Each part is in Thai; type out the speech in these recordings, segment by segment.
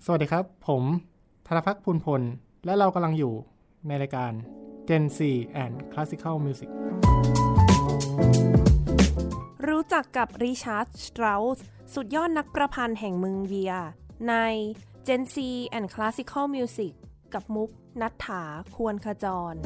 สวัสดีครับผมธนภักดิ์ พูนพลและเรากำลังอยู่ในรายการ Gen Z and Classical Music รู้จักกับริชาร์ด สตราวส์สุดยอดนักประพันธ์แห่งเมืองเวียใน Gen Z and Classical Music กับมุกณัฐฐา ควรขจร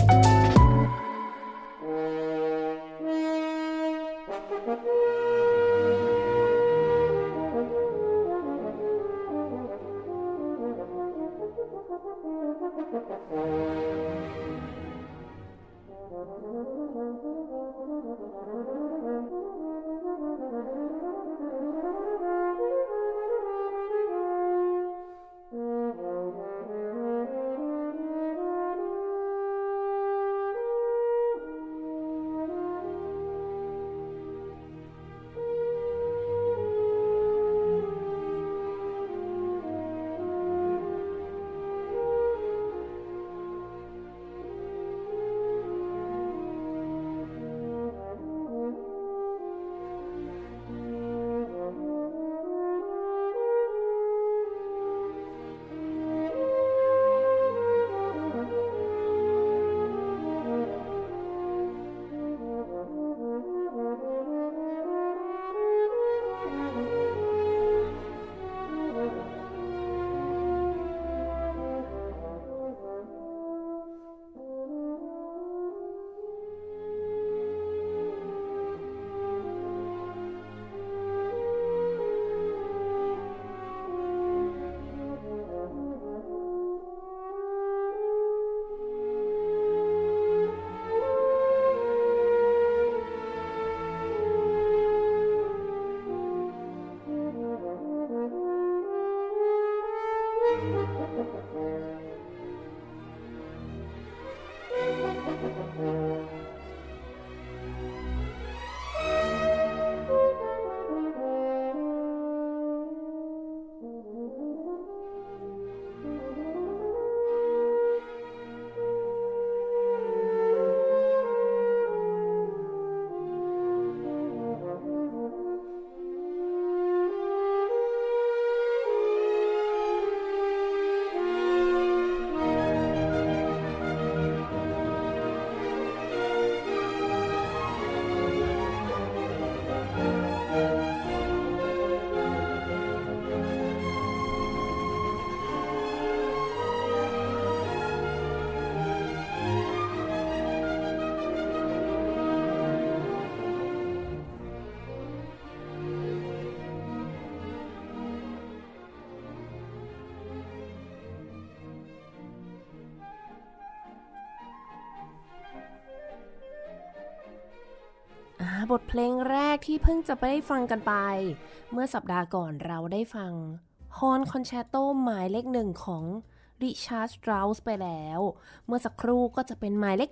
บทเพลงแรกที่เพิ่งจะไปได้ฟังกันไปเมื่อสัปดาห์ก่อนเราได้ฟังฮอร์นคอนแชร์โตหมายเลข1ของริชาร์ด สตราวส์ไปแล้วเมื่อสักครู่ก็จะเป็นหมายเลข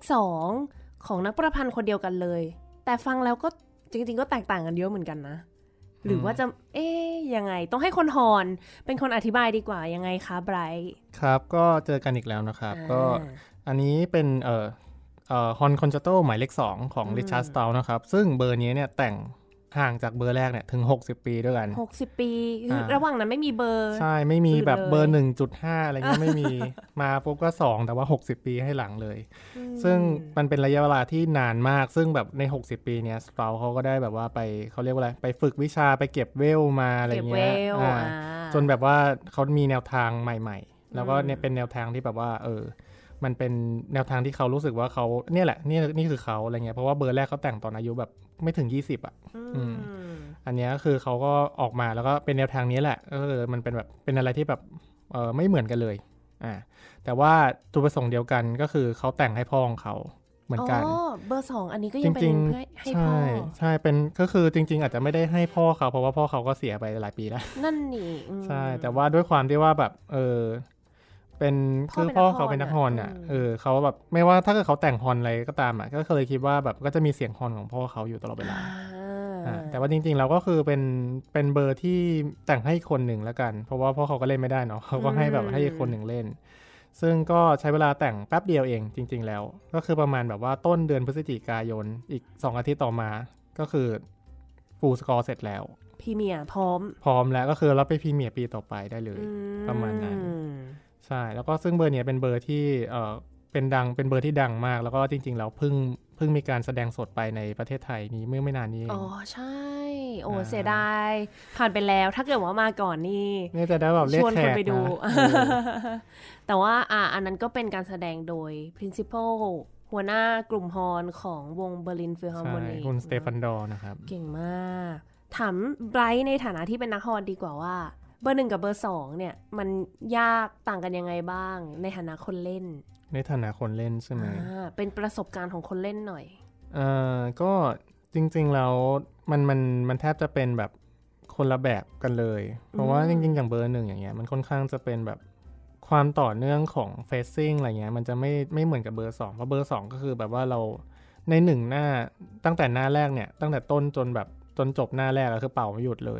2ของนักประพันธ์คนเดียวกันเลยแต่ฟังแล้วก็จริงๆก็แตกต่างกันเยอะเหมือนกันนะหรือว่าจะยังไงต้องให้คนฮอร์นเป็นคนอธิบายดีกว่ายังไงคะไบรท์ครับก็เจอกันอีกแล้วนะครับก็อันนี้เป็นฮอนคอนแชร์โตหมายเลข2ของริชาร์ด สตราวส์นะครับซึ่งเบอร์นี้เนี่ยแต่งห่างจากเบอร์แรกเนี่ยถึง60ปีด้วยกัน 60ปีคือระหว่างนั้นไม่มีเบอร์ใช่ไม่มีแบบเบอร์ 1.5 อะไรเงี้ยไม่มีมาปุ๊บก็2แต่ว่า60ปีให้หลังเลยซึ่งมันเป็นระยะเวลาที่นานมากซึ่งแบบใน60ปีเนี้ยสตราวส์เขาก็ได้แบบว่าไปเขาเรียกว่าอะไรไปฝึกวิชาไปเก็บเวลมาอะไรเงี้ยจนแบบว่าเขามีแนวทางใหม่ๆแล้วก็เนี่ยเป็นแนวทางที่แบบว่ามันเป็นแนวทางที่เขารู้สึกว่าเขาเนี่ยแหละนี่คือเขาอะไรเงี้ยเพราะว่าเบอร์แรกเขาแต่งตอนอายุแบบไม่ถึง20อ่ะอันนี้คือเขาก็ออกมาแล้วก็เป็นแนวทางนี้แหละก็คือมันเป็นแบบเป็นอะไรที่แบบไม่เหมือนกันเลยแต่ว่าจุดประสงค์เดียวกันก็คือเขาแต่งให้พ่อของเขาเหมือนกันเบอร์2อันนี้ก็ยังเป็นเพื่อให้พ่อใช่เป็นก็คือจริงๆอาจจะไม่ได้ให้พ่อเขาเพราะว่าพ่อเขาก็เสียไปหลายปีแล้วนั่นนี่ใช่แต่ว่าด้วยความที่ว่าแบบเป็นคือพ่อเขาเป็นนักฮอนอ่ะเขาแบบไม่ว่าถ้าเกิดเขาแต่งฮอนอะไรก็ตามอ่ะก็เคยคิดว่าแบบก็จะมีเสียงฮอนของพ่อเขาอยู่ตลอดเวลาแต่ว่าจริงๆเราก็คือเป็นเบอร์ที่แต่งให้คนหนึ่งแล้วกันเพราะว่าพ่อเขาก็เล่นไม่ได้เนาะเขาก็ให้แบบให้คนหนึ่งเล่นซึ่งก็ใช้เวลาแต่งแป๊บเดียวเองจริงๆแล้วก็คือประมาณแบบว่าต้นเดือนพฤศจิกายนอีก2อาทิตย์ต่อมาก็คือฟูลสกอร์เสร็จแล้วพรีเมียร์พร้อมแล้วก็คือเราไปพรีเมียร์ปีต่อไปได้เลยประมาณนั้นใช่แล้วก็ซึ่งเบอร์เนี้ยเป็นเบอร์ที่เป็นเบอร์ที่ดังมากแล้วก็จริงๆแล้วเพิ่งมีการแสดงสดไปในประเทศไทยนี้เมื่อไม่นานนี้เองอ๋อใช่โอ้เสียดายผ่านไปแล้วถ้าเกิดว่ามาก่อนนี่จะได้แบบเรียกแขกชวนคนไปดูแต่ว่าอันนั้นก็เป็นการแสดงโดย principal หัวหน้ากลุ่มฮอร์นของวงเบอร์ลินฟิลฮาร์โมนีคุณสเตฟานดอร์นะครับเก่งมากถามไบรท์ในฐานะที่เป็นนักฮอร์นดีกว่าว่าเบอร์1กับเบอร์2เนี่ยมันยากต่างกันยังไงบ้างในฐานะคนเล่นในฐานะคนเล่นใช่ไหมเป็นประสบการณ์ของคนเล่นหน่อยก็จริงๆแล้วมันแทบจะเป็นแบบคนละแบบกันเลยเพราะว่าจริงๆอย่างเบอร์1อย่างเงี้ยมันค่อนข้างจะเป็นแบบความต่อเนื่องของเฟซซิ่งอะไรเงี้ยมันจะไม่เหมือนกับเบอร์2เพราะเบอร์2ก็คือแบบว่าเราใน1หน้าตั้งแต่หน้าแรกเนี่ยตั้งแต่ต้นจนจบหน้าแรกก็คือเป่าไม่หยุดเลย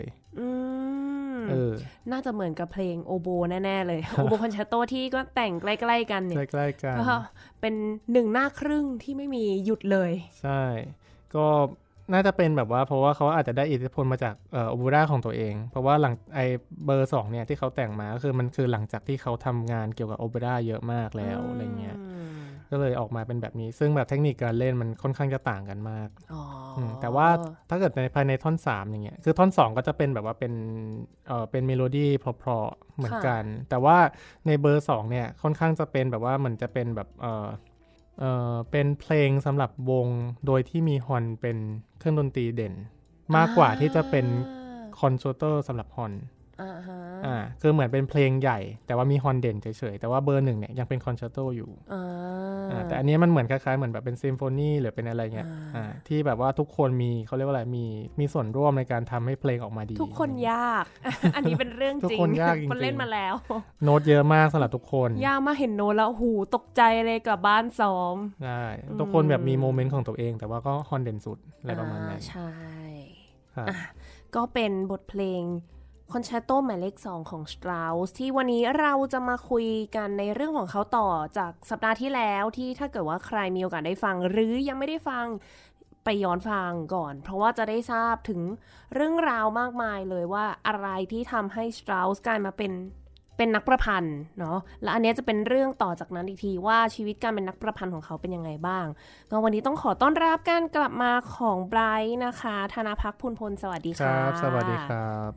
น่าจะเหมือนกับเพลงโอโบแน่ๆเลยโอโบคอนแชร์โตที่ก็แต่งใกล้ๆกันเนี่ยใกล้ๆกันเป็น1หน้าครึ่งที่ไม่มีหยุดเลยใช่ก็น่าจะเป็นแบบว่าเพราะว่าเขาอาจจะได้อิทธิพลมาจากโอเปร่าของตัวเองเพราะว่าหลังไอเบอร์2เนี่ยที่เขาแต่งมาก็คือมันคือหลังจากที่เขาทำงานเกี่ยวกับโอเปร่าเยอะมากแล้วอะไรเงี้ยก็เลยออกมาเป็นแบบนี้ซึ่งแบบเทคนิคการเล่นมันค่อนข้างจะต่างกันมากแต่ว่าถ้าเกิดในภายในท่อน3อย่างเงี้ยคือท่อน2ก็จะเป็นแบบว่าเป็นเมโลดี้เพราะๆเหมือนกันแต่ว่าในเบอร์2เนี่ยค่อนข้างจะเป็นแบบว่าเหมือนจะเป็นแบบเป็นเพลงสำหรับวงโดยที่มีฮอร์นเป็นเครื่องดนตรีเด่นมากกว่าที่จะเป็นคอนแชร์โตสำหรับฮอร์นคือเหมือนเป็นเพลงใหญ่แต่ว่ามีฮอร์นเด่นเฉยๆแต่ว่าเบอร์1เนี่ยยังเป็นคอนแชร์โตอยู่แต่อันนี้มันเหมือนคล้ายๆเหมือนแบบเป็นซิมโฟนีหรือเป็นอะไรเงี้ยที่แบบว่าทุกคนมีเขาเรียกว่าอะไรมีส่วนร่วมในการทำให้เพลงออกมาดีทุกคนยาก อันนี้เป็นเรื่องจริงทุกคนยากจริงคนเล่นมาแล้วโน้ตเยอะมากสำหรับทุกคนยากมากเห็นโน้ตแล้วหูตกใจเลยกลับบ้านซ้อมใช่ทุกคนแบบมีโมเมนต์ของตัวเองแต่ว่าก็ฮอร์นเด่นสุดอะไรประมาณนั้นใช่ก็เป็นบทเพลงคอนแชร์โตหมายเลข2ของ Strauss ที่วันนี้เราจะมาคุยกันในเรื่องของเขาต่อจากสัปดาห์ที่แล้วที่ถ้าเกิดว่าใครมีโอกาสได้ฟังหรือยังไม่ได้ฟังไปย้อนฟังก่อนเพราะว่าจะได้ทราบถึงเรื่องราวมากมายเลยว่าอะไรที่ทำให้ Strauss กลายมาเป็นนักประพันธ์เนาะและอันนี้จะเป็นเรื่องต่อจากนั้นอีกทีว่าชีวิตการเป็นนักประพันธ์ของเขาเป็นยังไงบ้างก็วันนี้ต้องขอต้อนรับการกลับมาของไบรท์นะคะธนภักดิ์ พูนพลสวัสดีค่ะครับสวัสดีครับ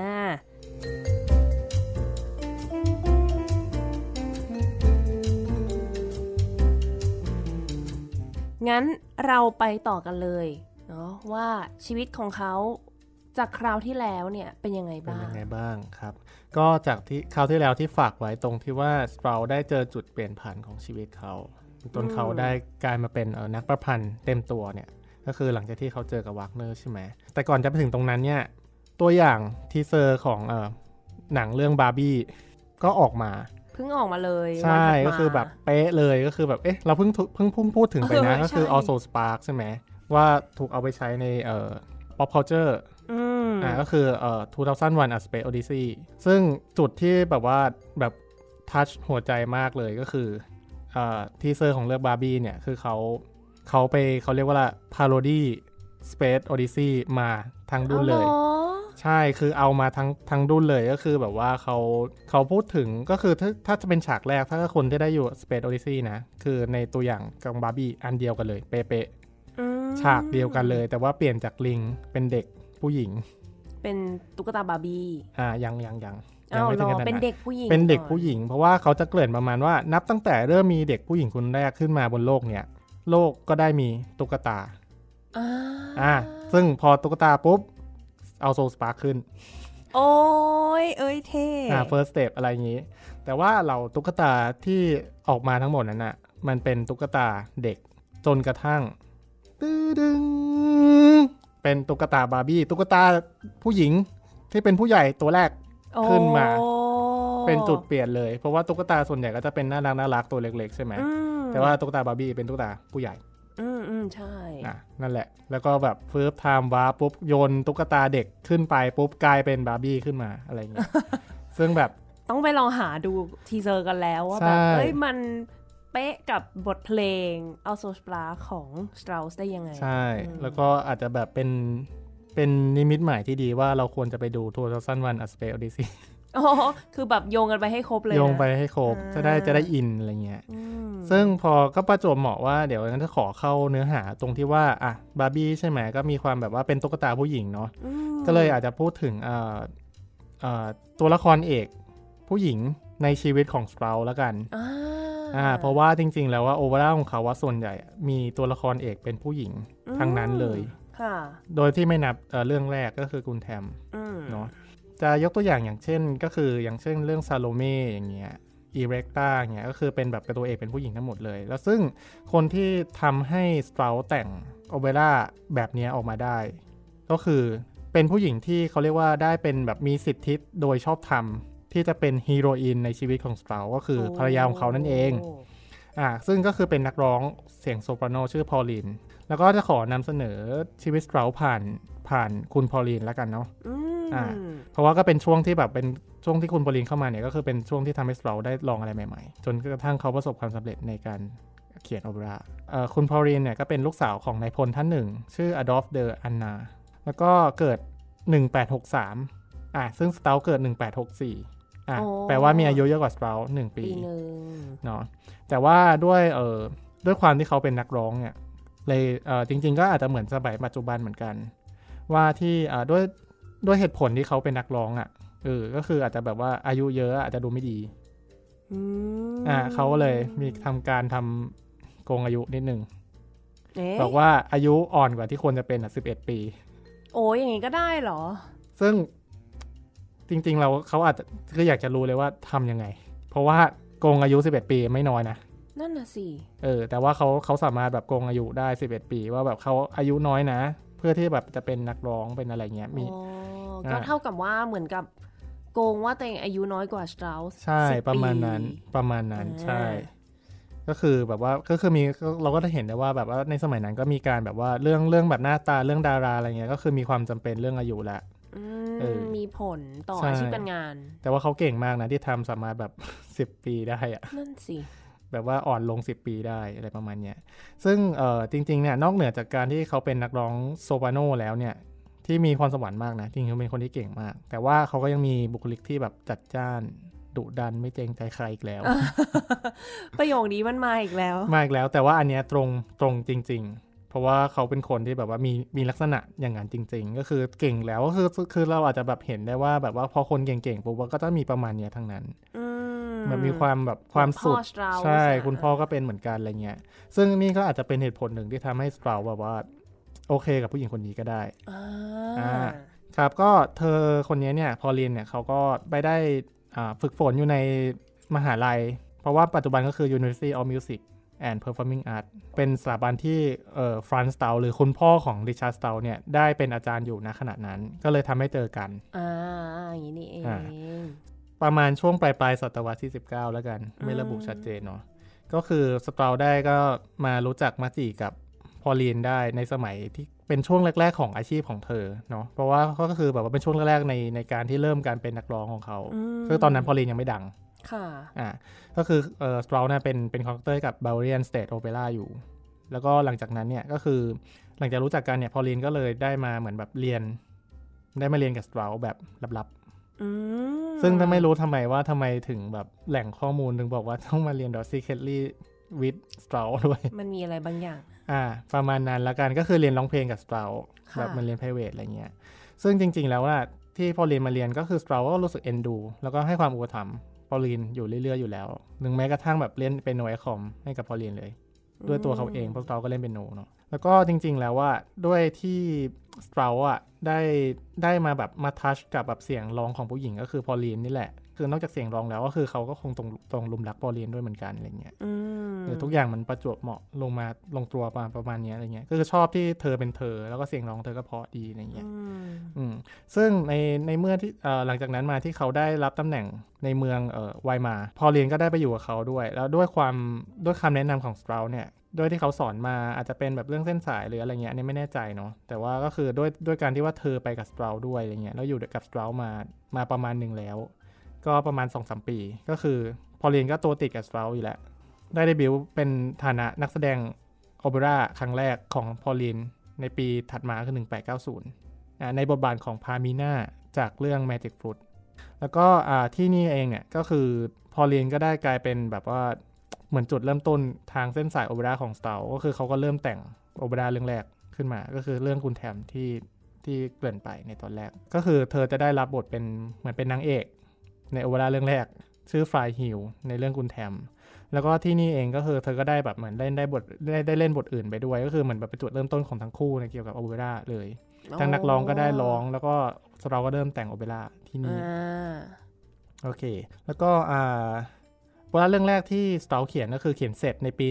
งั้นเราไปต่อกันเลยเนาะว่าชีวิตของเขาจากคราวที่แล้วเนี่ยเป็นยังไงบ้างครับก็จากที่คราวที่แล้วที่ฝากไว้ตรงที่ว่าเราได้เจอจุดเปลี่ยนผ่านของชีวิตเขาจนเขาได้กลายมาเป็นนักประพันธ์เต็มตัวเนี่ยก็คือหลังจากที่เขาเจอกับวากเนอร์ใช่ไหมแต่ก่อนจะไปถึงตรงนั้นเนี่ยตัวอย่างทีเซอร์ของหนังเรื่องบาร์บี้ก็ออกมาเพิ่งออกมาเลยใช่ก็คือแบบเป๊ะเลยก็คือแบบเราเพิ่งพูดถึงไปนะก็คือ Also Spark ใช่ไหมว่าถูกเอาไปใช้ในpop cultureก็คือ2001 A Space Odyssey ซึ่งจุดที่แบบว่าแบบทัชหัวใจมากเลยก็คือทีเซอร์ของเรื่องบาร์บี้เนี่ยคือเขาเรียกว่าพาโรดี้ Space Odyssey มาทั้งดุนเลยใช่คือเอามาทั้งดุนเลยก็คือแบบว่าเขาพูดถึงก็คือถ้าจะเป็นฉากแรกถ้าคนที่ได้อยู่ Space Odyssey นะคือในตัวอย่างของบาร์บี้อันเดียวกันเลยเป๊ะฉากเดียวกันเลยแต่ว่าเปลี่ยนจากลิงเป็นเด็กผู้หญิงเป็นตุ๊กตาบาร์บี้ยังไม่ถึงขนาดนั้นเป็นเด็กผู้หญิงเป็นเด็กผู้หญิงเพราะว่าเขาจะเกริ่นประมาณว่านับตั้งแต่เริ่มมีเด็กผู้หญิงคนแรกขึ้นมาบนโลกเนี่ยโลกก็ได้มีตุ๊กตาซึ่งพอตุ๊กตาปุ๊บเอาโซลสปาร์คขึ้นโอ้ยเท่ first step อะไรอย่างนี้แต่ว่าเราตุ๊กตาที่ออกมาทั้งหมดนั้นน่ะมันเป็นตุ๊กตาเด็กจนกระทั่งดึงเป็นตุ๊กตาบาร์บี้ตุ๊กตาผู้หญิงที่เป็นผู้ใหญ่ตัวแรกขึ้นมาเป็นจุดเปลี่ยนเลยเพราะว่าตุ๊กตาส่วนใหญ่ก็จะเป็นน่ารักตัวเล็กๆใช่ไหมแต่ว่าตุ๊กตาบาร์บี้เป็นตุ๊กตาผู้ใหญ่ใช่นั่นแหละแล้วก็แบบเฟิร์สไทม์วาร์ปุ๊บโยนตุ๊กตาเด็กขึ้นไปปุ๊บกลายเป็นบาร์บี้ขึ้นมาอะไรอย่างเงี้ย ซึ่งแบบต้องไปลองหาดูทีเซอร์กันแล้วว่าแบบมันเป๊ะกับบทเพลง Also Spark ของ Strauss ได้ยังไงใช่แล้วก็อาจจะแบบเป็นเป็นนิมิตหมายที่ดีว่าเราควรจะไปดู2001 A Space Odyssey อ๋อคือแบบโยงกันไปให้ครบเลยโยงไปให้ครบจะได้อินอะไรเงี้ยซึ่งพอก็ประจวบเหมาะว่าเดี๋ยวงั้นจะขอเข้าเนื้อหาตรงที่ว่าอ่ะบาร์บี้ใช่ไหมก็มีความแบบว่าเป็นตุ๊กตาผู้หญิงเนาะก็เลยอาจจะพูดถึงตัวละครเอกผู้หญิงในชีวิตของสเปราแล้วกันเพราะว่าจริงๆแล้วว่าโอเวอร์อของเขาว่าส่วนใหญ่มีตัวละครเอกเป็นผู้หญิงทั้งนั้นเลยโดยที่ไม่นับเรื่องแรกก็คือกุนแทมเนาะจะยกตัวอย่างเช่นก็คืออย่างเช่นเรื่องซาโลเม่อย่างเงี้ยอีเร็กตาอย่างเงี้ยก็คือเป็นแบบเป็นตัวเอกเป็นผู้หญิงทั้งหมดเลยแล้วซึ่งคนที่ทำให้สเปราแต่งโอเปร่าแบบนี้ออกมาได้ก็คือเป็นผู้หญิงที่เขาเรียกว่าได้เป็นแบบมีสิทธิโดยชอบธรรมที่จะเป็นฮีโรอีนในชีวิตของสเปราก็คือภรรยาของเขานั่นเองซึ่งก็คือเป็นนักร้องเสียงโซปราโนชื่อพอลลีนแล้วก็จะขอนำเสนอชีวิตสเปราผ่านคุณพอลลีนแล้วกันเนาะเพราะว่าก็เป็นช่วงที่แบบเป็นช่วงที่คุณพอลลีนเข้ามาเนี่ยก็คือเป็นช่วงที่ทำให้สเปราได้ลองอะไรใหม่ๆจนกระทั่งเขาประสบความสำเร็จในการเขียนโอเปร่าคุณพอลลีนเนี่ยก็เป็นลูกสาวของนายพลท่านหนึ่งชื่ออดอล์ฟเดออันนาแล้วก็เกิด1863ซึ่งสเปราเกิด1864แปลว่ามีอายุเยอะกว่าสเปรา1 ปีเนาะแต่ว่าด้วยความที่เขาเป็นนักร้องเนี่ยเลยจริงๆก็อาจจะเหมือนสมัยปัจจุบันเหมือนกันว่าที่ด้วยเหตุผลที่เขาเป็นนักร้องก็คืออาจจะแบบว่าอายุเยอะอาจจะดูไม่ดีเขาก็เลยมีทำโกงอายุนิดนึงบอกว่าอายุอ่อนกว่าที่ควรจะเป็น11 ปีโอ้ยอย่างงี้ก็ได้เหรอซึ่งจริงๆเขาอาจจะก็อยากจะรู้เลยว่าทำยังไงเพราะว่าโกงอายุ11 ปีไม่น้อยนะนั่นน่ะสิแต่ว่าเขาสามารถแบบโกงอายุได้11 ปีว่าแบบเขาอายุน้อยนะเพื่อที่แบบจะเป็นนักร้องเป็นอะไรเงี้ยมีก็เท่ากับว่าเหมือนกับโกงว่าตัวเองอายุน้อยกว่าสตราสใช่ประมาณนั้นใช่ก็คือแบบว่าก็คือมีเราก็จะเห็นได้ว่าแบบว่าในสมัยนั้นก็มีการแบบว่าเรื่องแบบหน้าตาเรื่องดาราอะไรเงี้ยก็คือมีความจำเป็นเรื่องอายุแหละมีผลต่ออาชีพการงานแต่ว่าเขาเก่งมากนะที่ทำสามารถแบบ10 ปีได้นั่นสิแบบว่าอ่อนลง10 ปีได้อะไรประมาณเนี้ยซึ่งจริงๆเนี่ยนอกเหนือจากการที่เขาเป็นนักร้องโซปราโนแล้วเนี่ยที่มีความสวรรค์มากนะจริงๆเขาเป็นคนที่เก่งมากแต่ว่าเขาก็ยังมีบุคลิกที่แบบจัดจ้านดุดันไม่เกรงใจใครอีกแล้วประโยคนี้มันมาอีกแล้วแต่ว่าอันเนี้ยตรงจริงๆเพราะว่าเขาเป็นคนที่แบบว่ามีลักษณะอย่างนั้นจริงๆก็คือเก่งแล้วก็คือเราอาจจะแบบเห็นได้ว่าแบบว่าพอคนเก่งๆปุ๊บก็จะมีประมาณเนี้ยทั้งนั้นมันมีความแบบความสุดใช่คุณพ่อก็เป็นเหมือนกันอะไรเงี้ยซึ่งนี่ก็อาจจะเป็นเหตุผลหนึ่งที่ทำให้สเปราแบบว่าโอเคกับผู้หญิงคนนี้ก็ได้ครับก็เธอคนนี้เนี่ยพอลินเนี่ยเขาก็ไปได้ฝึกฝนอยู่ในมหาลัยเพราะว่าปัจจุบันก็คือ University of Music and Performing Arts เป็นสถาบันที่ฟรานซ์สเตาหรือคุณพ่อของริชาร์ดสเตาเนี่ยได้เป็นอาจารย์อยู่ณขณะนั้นก็เลยทำให้เจอกันอย่างนี้เองประมาณช่วงปลายศตวรรษที่19แล้วกันไม่ระบุชัดเจนเนาะก็คือสเตาได้ก็มารู้จักมาจีกับพอลีนได้ในสมัยที่เป็นช่วงแรกๆของอาชีพของเธอเนาะเพราะว่าก็คือแบบว่าเป็นช่วงแรกๆในการที่เริ่มการเป็นนักร้องของเขาคือตอนนั้นพอลีนยังไม่ดังค่ะก็คือสเตราเนี่ยเป็นคอนดักเตอร์กับ Bavarian State Opera อยู่แล้วก็หลังจากนั้นเนี่ยก็คือหลังจากรู้จักกันเนี่ยพอลีนก็เลยได้มาเหมือนแบบได้มาเรียนกับสเตราแบบลับๆซึ่งไม่รู้ทำไมถึงแบบแหล่งข้อมูลถึงบอกว่าต้องมาเรียน secretly with สเตราด้วยมันมีอะไรบางอย่างประมาณนั้นละกันก็คือเรียนร้องเพลงกับสเตราแบบมันเรียน private อะไรเงี้ยซึ่งจริงๆแล้วว่าที่พอลีนมาเรียนก็คือสเตราก็รู้สึกเอ็นดูแล้วก็ให้ความอุปถัมภ์พอลีนอยู่เรื่อยๆอยู่แล้วถึงแม้กระทั่งแบบเล่นเปียโนไอคอมให้กับพอลีนเลยด้วยตัวเขาเองเพราะสเตราก็เล่นเปียโนเนาะแล้วก็จริงๆแล้วว่าด้วยที่สเตราได้มาแบบมาทัชกับแบบเสียงร้องของผู้หญิงก็คือพอลีนนี่แหละคือนอกจากเสียงร้องแล้วก็คือเขาก็คงตรงลุมรักพอลีนด้วยเหมือนกันอะไรเงี้ยทุกอย่างมันประจวบเหมาะลงตัวประมาณนี้อะไรเงี้ยก็คือชอบที่เธอเป็นเธอแล้วก็เสียงร้องเธอก็เพราะดีอะไรเงี้ยซึ่งในเมื่อที่หลังจากนั้นมาที่เขาได้รับตำแหน่งในเมืองไวมาพอลีนก็ได้ไปอยู่กับเขาด้วยแล้วด้วยคำแนะนำของสเตราเนี่ยด้วยที่เขาสอนมาอาจจะเป็นแบบเรื่องเส้นสายหรืออะไรเงี้ยอันนี้ไม่แน่ใจเนาะแต่ว่าก็คือด้วยการที่ว่าเธอไปกับสเตราด้วยอะไรเงี้ยแล้วอยู่กับสเตรามาประมาณนึงแล้วก็ประมาณ 2-3 ปีก็คือพอลีนก็ตัวติดกับสเตราอยู่แหละได้เดบิวต์เป็นฐานะนักแสดงโอเปร่าครั้งแรกของพอลีนในปีถัดมาคือ1890 ในบทบาทของพามิน่าจากเรื่อง Magic Fruit แล้วก็ที่นี่เองเนี่ยก็คือพอลีนก็ได้กลายเป็นแบบว่าเหมือนจุดเริ่มต้นทางเส้นสายโอเปร่าของ Stroud ก็คือเขาก็เริ่มแต่งโอเปร่าเรื่องแรกขึ้นมาก็คือเรื่องคุณแทมที่เกริ่นไปในตอนแรกก็คือเธอจะได้รับบทเป็นเหมือนเป็นนางเอกในโอเปร่าเรื่องแรกชื่อฟลายฮิลในเรื่องคุณแทมแล้วก็ที่นี่เองก็คือเธอก็ได้แบบเหมือนได้เล่นบทอื่นไปด้วยก็คือเหมือนแบบเป็นจุดเริ่มต้นของทั้งคู่ในเกี่ยวกับโอเปร่าเลยทั้งนักร้องก็ได้ร้องแล้วก็เราก็เริ่มแต่งโอเปร่าที่นี่โอเคแล้วก็โอเปร่าเรื่องแรกที่สตาร์เขียนก็คือเขียนเสร็จในปี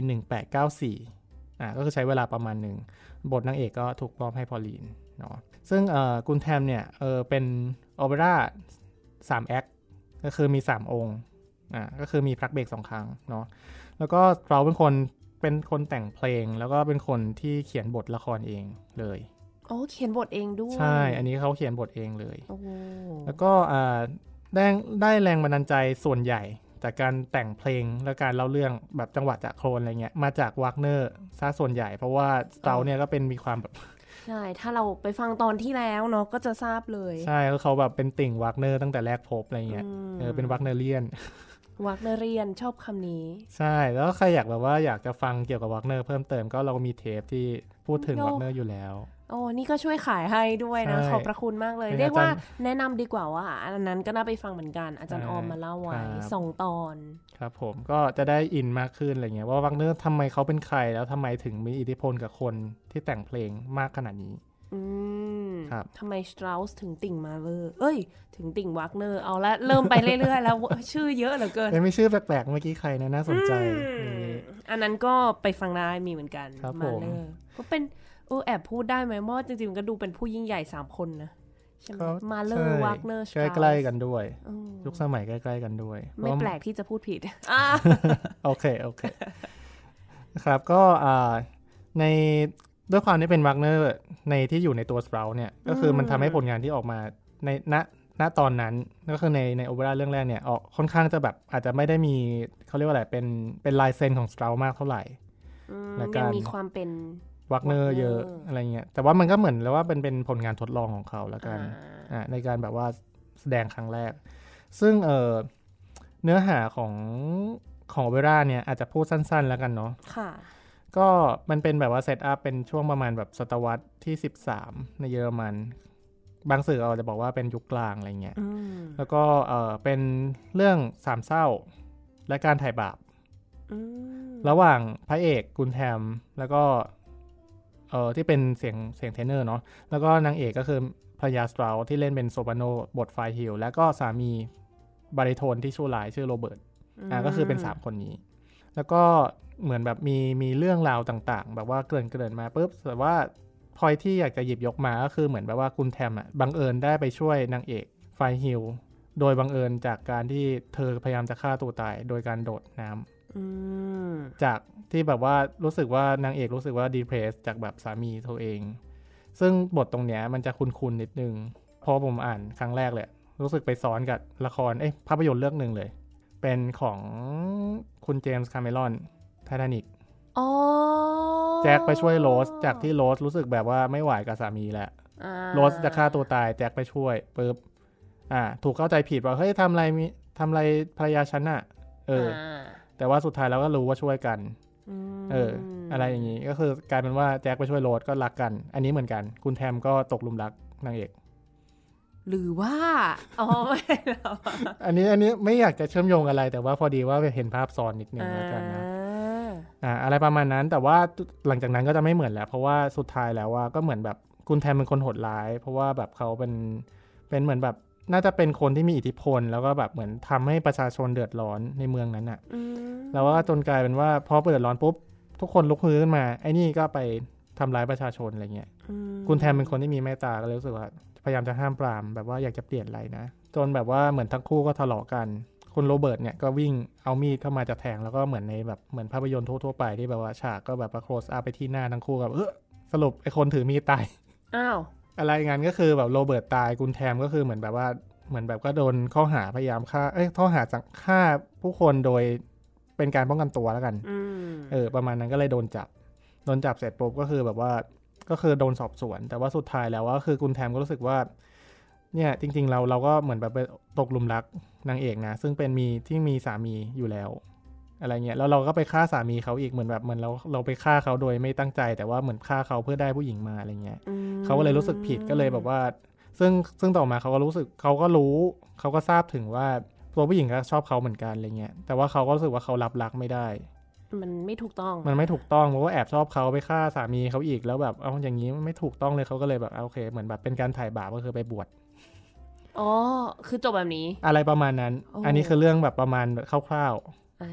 1894ก็คือใช้เวลาประมาณนึงบทนางเอกก็ถูกมอบให้พอลีนเนาะซึ่งกุนแทมเนี่ยเป็นโอเปร่า3แอคก็คือมี3องค์ก็คือมีพักเบรก2ครั้งเนาะแล้วก็เราเป็นคนแต่งเพลงแล้วก็เป็นคนที่เขียนบทละครเองเลยเขียนบทเองด้วยใช่อันนี้เขาเขียนบทเองเลยแล้วก็ได้แรงบันดาลใจส่วนใหญ่จากการแต่งเพลงและการเล่าเรื่องแบบจังหวะจากโคลนอะไรเงี้ยมาจากวากเนอร์ซะส่วนใหญ่เพราะว่าสตาเนี่ยก็เป็นมีความแบบใช่ถ้าเราไปฟังตอนที่แล้วเนาะก็จะทราบเลยใช่เขาแบบเป็นติ่งวากเนอร์ตั้งแต่แรกพบอะไรเงี้ยเป็นวากเนอร์เลียนชอบคำนี้ใช่แล้วใครอยากแบบว่าอยากจะฟังเกี่ยวกับวากเนอร์เพิ่มเติมก็เรามีเทปที่พูดถึงวากเนอร์อยู่แล้วนี่ก็ช่วยขายให้ด้วยนะขอบพระคุณมากเลยเรียกว่าแนะนำดีกว่าว่าอันนั้นก็น่าไปฟังเหมือนกันอาจารย์ออมมาเล่าไว้2 ตอนครับผมก็จะได้อินมากขึ้นอะไรเงี้ยว่าวากเนอร์ทำไมเขาเป็นใครแล้วทำไมถึงมีอิทธิพลกับคนที่แต่งเพลงมากขนาดนี้ทำไมสตราวส์ถึงติ่งมาเลอร์ถึงติ่งวากเนอร์เอาละเริ่มไปเรื่อยๆแล้วชื่อเยอะเหลือเกินไม่ชื่อแปลกๆเมื่อกี้ใครนะน่าสนใจอันนั้นก็ไปฟังได้มีเหมือนกันมาเลอร์ก็เป็นแอบพูดได้ไหมว่าจริงๆก็ดูเป็นผู้ยิ่งใหญ่3คนนะใช่ไหมมาเลอร์วากเนอร์ใกล้ๆกันด้วยยุคสมัยใกล้ๆกันด้วยไม่แปลกที่จะพูดผิดโอเคครับก็ในด้วยความที่เป็นวากเนอร์ในที่อยู่ในตัวสเปราเนี่ยก็คือมันทำให้ผลงานที่ออกมาในณตอนนั้นก็คือในโอเปร่าเรื่องแรกเนี่ยออกค่อนข้างจะแบบอาจจะไม่ได้มีเขาเรียกว่าอะไรเป็นลายเซ็นของสเปรามากเท่าไหร่ยังมีความเป็นวากเนอร์เยอะอะไรเงี้ยแต่ว่ามันก็เหมือนแล้วว่าเป็นผลงานทดลองของเขาแล้วกันในการแบบว่าแสดงครั้งแรกซึ่งเนื้อหาของโอเปร่าเนี่ยอาจจะพูดสั้นๆแล้วกันเนาะค่ะก็มันเป็นแบบว่าเซตอัพเป็นช่วงประมาณแบบศตวรรษที่13ในเยอรมันบางสื่ออาจจะบอกว่าเป็นยุคกลางอะไรเงี้ยแล้วก็เป็นเรื่องสามเศร้าและการถ่ายบาประหว่างพระเอกกุนแทมแล้วก็ที่เป็นเสียงเทเนอร์เนาะแล้วก็นางเอกก็คือภรรยาสตราที่เล่นเป็นโซปราโนบทไฟฮิลแล้วก็สามีบาริโทนที่ชั่วร้ายชื่อโรเบิร์ตก็คือเป็น3คนนี้แล้วก็เหมือนแบบมีเรื่องราวต่างๆแบบว่าเกริ่นมาปุ๊บแต่ว่าพอยที่อยากจะหยิบยกมาก็คือเหมือนแบบว่าคุณแทมบังเอิญได้ไปช่วยนางเอกไฟฮิลโดยบังเอิญจากการที่เธอพยายามจะฆ่าตัวตายโดยการโดดน้ำจากที่แบบว่ารู้สึกว่านางเอกรู้สึกว่าดีเพรสจากแบบสามีตัวเองซึ่งบทตรงเนี้ยมันจะคุ้นๆนิดนึงพอผมอ่านครั้งแรกเลยรู้สึกไปซ้อนกับละครภาพยนตร์เรื่องนึงเลยเป็นของคุณเจมส์คาเมรอนไททานิกแจ็คไปช่วยโรสจากที่โรสรู้สึกแบบว่าไม่ไหวกับสามีแล้วโรสจะฆ่าตัวตายแจ็คไปช่วยปุ๊บถูกเข้าใจผิดว่าเฮ้ยทำอะไรภรรยาฉันน่ะแต่ว่าสุดท้ายแล้วก็รู้ว่าช่วยกันอะไรอย่างนี้ก็คือกลายเป็นว่าแจ็คไปช่วยโรสก็รักกันอันนี้เหมือนกันคุณแทมก็ตกหลุมรักนางเอกหรือว่าไม่อันนี้ไม่อยากจะเชื่อมโยงอะไรแต่ว่าพอดีว่าเห็นภาพซ้อนนิดนึงแล้วกันนะอะไรประมาณนั้นแต่ว่าหลังจากนั้นก็จะไม่เหมือนแล้วเพราะว่าสุดท้ายแล้วว่าก็เหมือนแบบคุณแทมเป็นคนโหดร้ายเพราะว่าแบบเขาเป็นเหมือนแบบน่าจะเป็นคนที่มีอิทธิพลแล้วก็แบบเหมือนทำให้ประชาชนเดือดร้อนในเมืองนั้นแล้วว่าจนกลายเป็นว่าพอเดือดร้อนปุ๊บทุกคนลุกฮือขึ้นมาไอ้นี่ก็ไปทำร้ายประชาชนอะไรเงี้ยคุณแทมเป็นคนที่มีเมตตาก็เลยรู้สึกว่าพยายามจะห้ามปรามแบบว่าอยากจะเปลี่ยนอะไรนะจนแบบว่าเหมือนทั้งคู่ก็ทะเลาะกันคุณโรเบิร์ตเนี่ยก็วิ่งเอามีดเข้ามาจะแทงแล้วก็เหมือนในแบบเหมือนภาพยนตร์ทั่วๆไปที่แบบว่าฉากก็แบบโคลสอัพไปที่หน้าทั้งคู่กับสรุปไอ้คนถือมีดตายอะไรงั้นก็คือแบบโรเบิร์ตตายคุณแทมก็คือเหมือนแบบว่าเหมือนแบบก็โดนข้อหาพยายามฆ่าข้อหาฆ่าผู้คนโดยเป็นการป้องกันตัวแล้วกันประมาณนั้นก็เลยโดนจับเสร็จปุ๊บก็คือแบบว่าก็คือโดนสอบสวนแต่ว่าสุดท้ายแล้วว่าคือคุณแทมก็รู้สึกว่าเนี่ยจริงๆเราก็เหมือนแบบไปตกหลุมรักนางเอกนะซึ่งเป็นมีสามีอยู่แล้วอะไรเงี้ยแล้วเราก็ไปฆ่าสามีเขาอีกเหมือนแบบเหมือนเราไปฆ่าเขาโดยไม่ตั้งใจแต่ว่าเหมือนฆ่าเขาเพื่อได้ผู้หญิงมาอะไรเงี้ยเขาก็เลยรู้สึกผิดก็เลยแบบว่าซึ่งต่อมาเขาก็รู้สึกเขาก็ทราบถึงว่าตัวผู้หญิงก็ชอบเขาเหมือนกันอะไรเงี้ยแต่ว่าเขาก็รู้สึกว่าเขารับรักไม่ได้มันไม่ถูกต้องเพราะว่าแอบชอบเขาไปฆ่าสามีเขาอีกแล้วแบบเอาอย่างนี้ไม่ถูกต้องเลยเขาก็เลยแบบโอเคเหมือนแบบเป็นการถ่ายบาปก็คือไปบวชอ๋อคือจบแบบนี้อะไรประมาณนั้นอันนี้คือเรื่องแบบประมาณคร่าว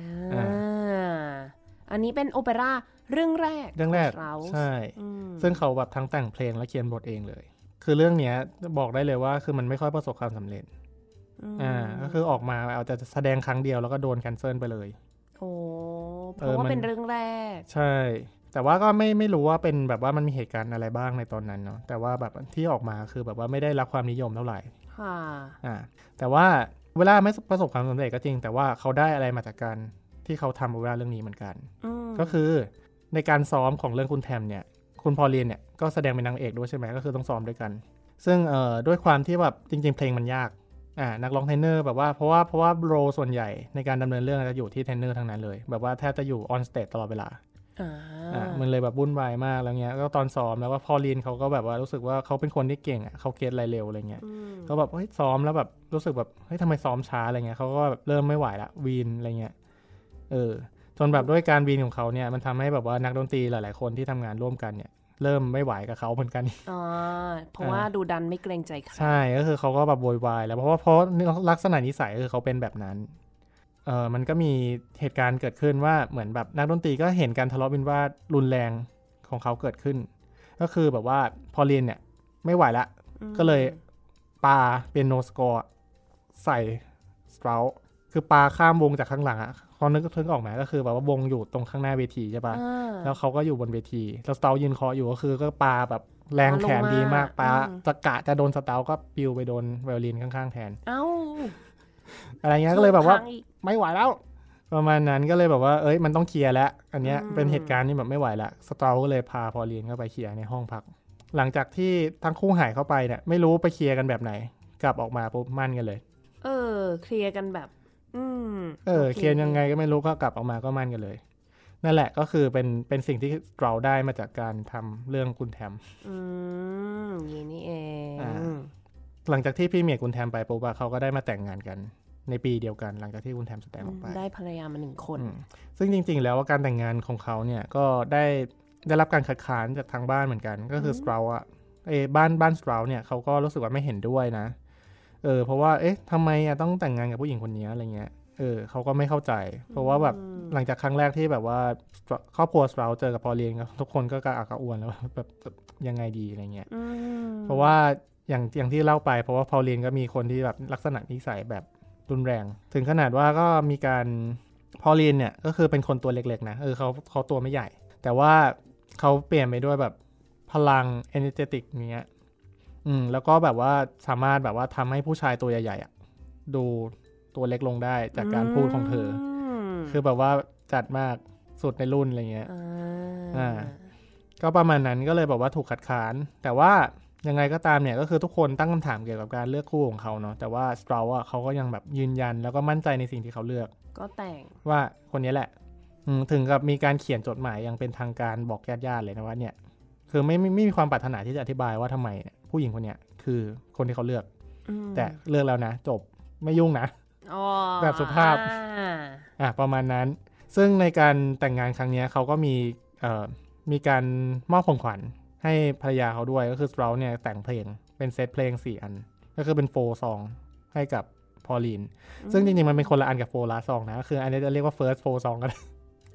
ๆอันนี้เป็นโอเปร่าเรื่องแรกใช่ซึ่งเขาแบบทั้งแต่งเพลงและเขียนบทเองเลยคือเรื่องนี้บอกได้เลยว่าคือมันไม่ค่อยประสบความสำเร็จก็คือออกมาเอาจะแสดงครั้งเดียวแล้วก็โดนแคนเซิลไปเลยโอ้เพราะว่าเป็นเรื่องแรกใช่แต่ว่าก็ไม่รู้ว่าเป็นแบบว่ามันมีเหตุการณ์อะไรบ้างในตอนนั้นเนาะแต่ว่าแบบที่ออกมาคือแบบว่าไม่ได้รับความนิยมเท่าไหร่ค่ะแต่ว่าเวลาไม่ประสบความสำเร็จก็จริงแต่ว่าเขาได้อะไรมาจากการที่เขาทำเวลาเรื่องนี้เหมือนกันก็คือในการซ้อมของเรื่องคุณแทมเนี่ยคุณพอลลีนเนี่ยก็แสดงเป็นนางเอกด้วยใช่ไหมก็คือต้องซ้อมด้วยกันซึ่งด้วยความที่แบบจริงๆเพลงมันยากนักร้องเทรนเนอร์แบบว่าเพราะว่าโรส่วนใหญ่ในการดำเนินเรื่องจะอยู่ที่เทรนเนอร์ทั้งนั้นเลยแบบว่าแทบจะอยู่ออนสเตจตลอดเวลามันเลยแบบวุ่นวายมากแล้วเงี้ยก็ตอนซ้อมแล้วว่าพอลีนเขาก็แบบว่ารู้สึกว่าเขาเป็นคนที่เก่งเขาเก็ตอะไรเร็วอะไรเงี้ยเขาแบบเฮ้ยซ้อมแล้วแบบรู้สึกแบบเฮ้ยทำไมซ้อมช้าอะไรเงี้ยเขาก็แบบเริ่มไม่ไหวละวีนอะไรเงี้ยจนแบบด้วยการวีนของเขาเนี่ยมันทำให้แบบว่านักดนตรีหลายๆคนที่ทำงานร่วมกันเนี่ยเริ่มไม่ไหวกับเขาเหมือนกันเพราะว่าดูดันไม่เกรงใจใครใช่ก็คือเขาก็แบบโวยวายแล้วเพราะลักษณะนิสัยคือเขาเป็นแบบนั้นมันก็มีเหตุการณ์เกิดขึ้นว่าเหมือนแบบนักดนตรีก็เห็นการทะเลาะวิวาทรุนแรงของเขาเกิดขึ้นก็คือแบบว่าพอลีนเนี่ยไม่ไหวละก็เลยปาเปียโนสกอร์ใส่สตราว์คือปาข้ามวงจากข้างหลังเขานึกออกไหมก็คือแบบว่าวงอยู่ตรงข้างหน้าเวทีใช่ปะแล้วเขาก็อยู่บนเวทีแล้วสตราว์ยืนเคาะอยู่ก็คือก็ปาแบบแรงแขนดีมากปาจะโดนสตราว์ก็ปิวไปโดนไวโอลินข้างๆแทนอะไรเงี้ยก็เลยแบบว่าไม่ไหวแล้วประมาณนั้นก็เลยแบบว่ามันต้องเคลียร์แล้วอันเนี้ยเป็นเหตุการณ์ที่แบบไม่ไหวละสตราว์ก็เลยพาพอลีนเข้าไปเคลียร์ในห้องพักหลังจากที่ทั้งคู่หายเข้าไปเนี่ยไม่รู้ไปเคลียร์กันแบบไหนกลับออกมาปุ๊บมั่นกันเลยเคลียร์กันแบบเคลียร์ยังไงก็ไม่รู้ก็กลับออกมาก็มั่นกันเลยนั่นแหละก็คือเป็นสิ่งที่เราได้มาจากการทำเรื่องคุณแทมอย่างนี้เองหลังจากที่พี่เมียคุณแทมไปปุ๊บเขาก็ได้มาแต่งงานกันในปีเดียวกันหลังจากที่คุณแทมแสดงออกไปได้ภรรยามา1 คนซึ่งจริงๆแล้วการแต่งงานของเขาเนี่ยก็ได้รับการคัดค้านจากทางบ้านเหมือนกันก็คือสตราว์บ้านสตราว์เนี่ยเขาก็รู้สึกว่าไม่เห็นด้วยนะเพราะว่าทำไมต้องแต่งงานกับผู้หญิงคนนี้อะไรเงี้ยเขาก็ไม่เข้าใจเพราะว่าแบบหลังจากครั้งแรกที่แบบว่าครอบครัวสตราว์เจอกับพอลีนทุกคนก็กระอักกระอ่วนแล้วแบบยังไงดีอะไรเงี้ยเพราะว่าอย่างที่เล่าไปเพราะว่าพอลีนก็มีคนที่แบบลักษณะนิสัยแบบรุนแรงถึงขนาดว่าก็มีการพอลีนเนี่ยก็คือเป็นคนตัวเล็กๆนะเขาตัวไม่ใหญ่แต่ว่าเขาเปลี่ยนไปด้วยแบบพลัง energetic เงี้ยแล้วก็แบบว่าสามารถแบบว่าทำให้ผู้ชายตัวใหญ่ๆดูตัวเล็กลงได้จากการพูดของเธอคือแบบว่าจัดมากสุดในรุ่นอะไรเงี้ยก็ประมาณนั้นก็เลยแบบว่าถูกขัดขานแต่ว่ายังไงก็ตามเนี่ยก็คือทุกคนตั้งคำถามเกี่ยวกับการเลือกคู่ของเขาเนาะแต่ว่าสตราว์เขาก็ยังแบบยืนยันแล้วก็มั่นใจในสิ่งที่เขาเลือกก็แต่งว่าคนนี้แหละถึงกับมีการเขียนจดหมายยังเป็นทางการบอกญาติๆเลยนะว่าเนี่ยคือไม่มีความปรารถนาที่จะอธิบายว่าทำไมผู้หญิงคนนี้คือคนที่เขาเลือกแต่เลือกแล้วนะจบไม่ยุ่งนะแบบสุภาพประมาณนั้นซึ่งในการแต่งงานครั้งนี้เขาก็มีการมอบของขวัญให้ภรรยาเขาด้วยก็คือสตราว์เนี่ยแต่งเพลงเป็นเซตเพลง4 อันก็คือเป็น4 ซองให้กับพอลีนซึ่งจริงๆมันเป็นคนละอันกับ4 last song นะคืออันนี้จะเรียกว่า first 4 song ก็ได้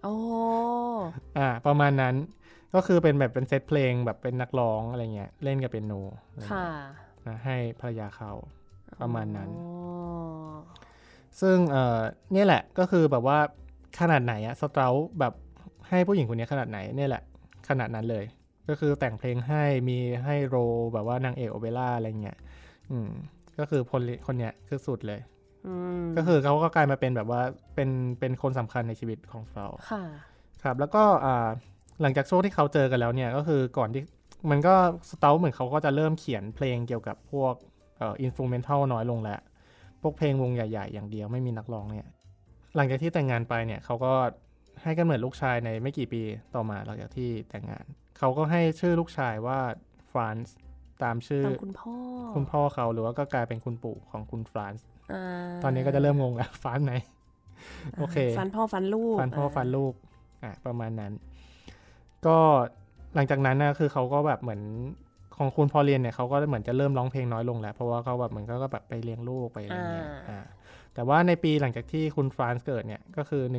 ประมาณนั้นก็คือเป็นแบบเป็นเซตเพลงแบบเป็นนักร้องอะไรเงี้ยเล่นกับเปียโนให้ภรรยาเขาประมาณนั้นซึ่งเนี่ยแหละก็คือแบบว่าขนาดไหนสตราว์แบบให้ผู้หญิงคนนี้ขนาดไหนเนี่ยแหละขนาดนั้นเลยก็คือแต่งเพลงมีให้โรแบบว่านางเอกโอเปร่าอะไรเงี้ยก็คือคนเนี้ยคือสุดเลยก็คือเขาก็กลายมาเป็นแบบว่าเป็นคนสำคัญในชีวิตของเราครับแล้วก็หลังจากช่วงที่เขาเจอกันแล้วเนี่ยก็คือก่อนที่มันก็สเตาเหมือนเขาก็จะเริ่มเขียนเพลงเกี่ยวกับพวกอินสตรูเมนทัลน้อยลงแล้วพวกเพลงวงใหญ่ๆอย่างเดียวไม่มีนักร้องเนี่ยหลังจากที่แต่งงานไปเนี่ยเขาก็ให้กำเนิดลูกชายในไม่กี่ปีต่อมาหลังจากที่แต่งงานเขาก็ให้ชื่อลูกชายว่าฟรานซ์ตามชื่อคุณพ่อเขาหรือว่าก็กลายเป็นคุณปู่ของคุณฟรานซ์ตอนนี้ก็จะเริ่มงงแล้วฟรานซ์ไหนโอเคฟันพ่อฟันลูกประมาณนั้นก็หลังจากนั้นนะคือเขาก็แบบเหมือนของคุณพอเรียนเนี่ยเขาก็เหมือนจะเริ่มร้องเพลงน้อยลงแล้วเพราะว่าเขาแบบเหมือนก็แบบไปเลี้ยงลูกไปอะไรเงี้ยแต่ว่าในปีหลังจากที่คุณฟรานซ์เกิดเนี่ยก็คือ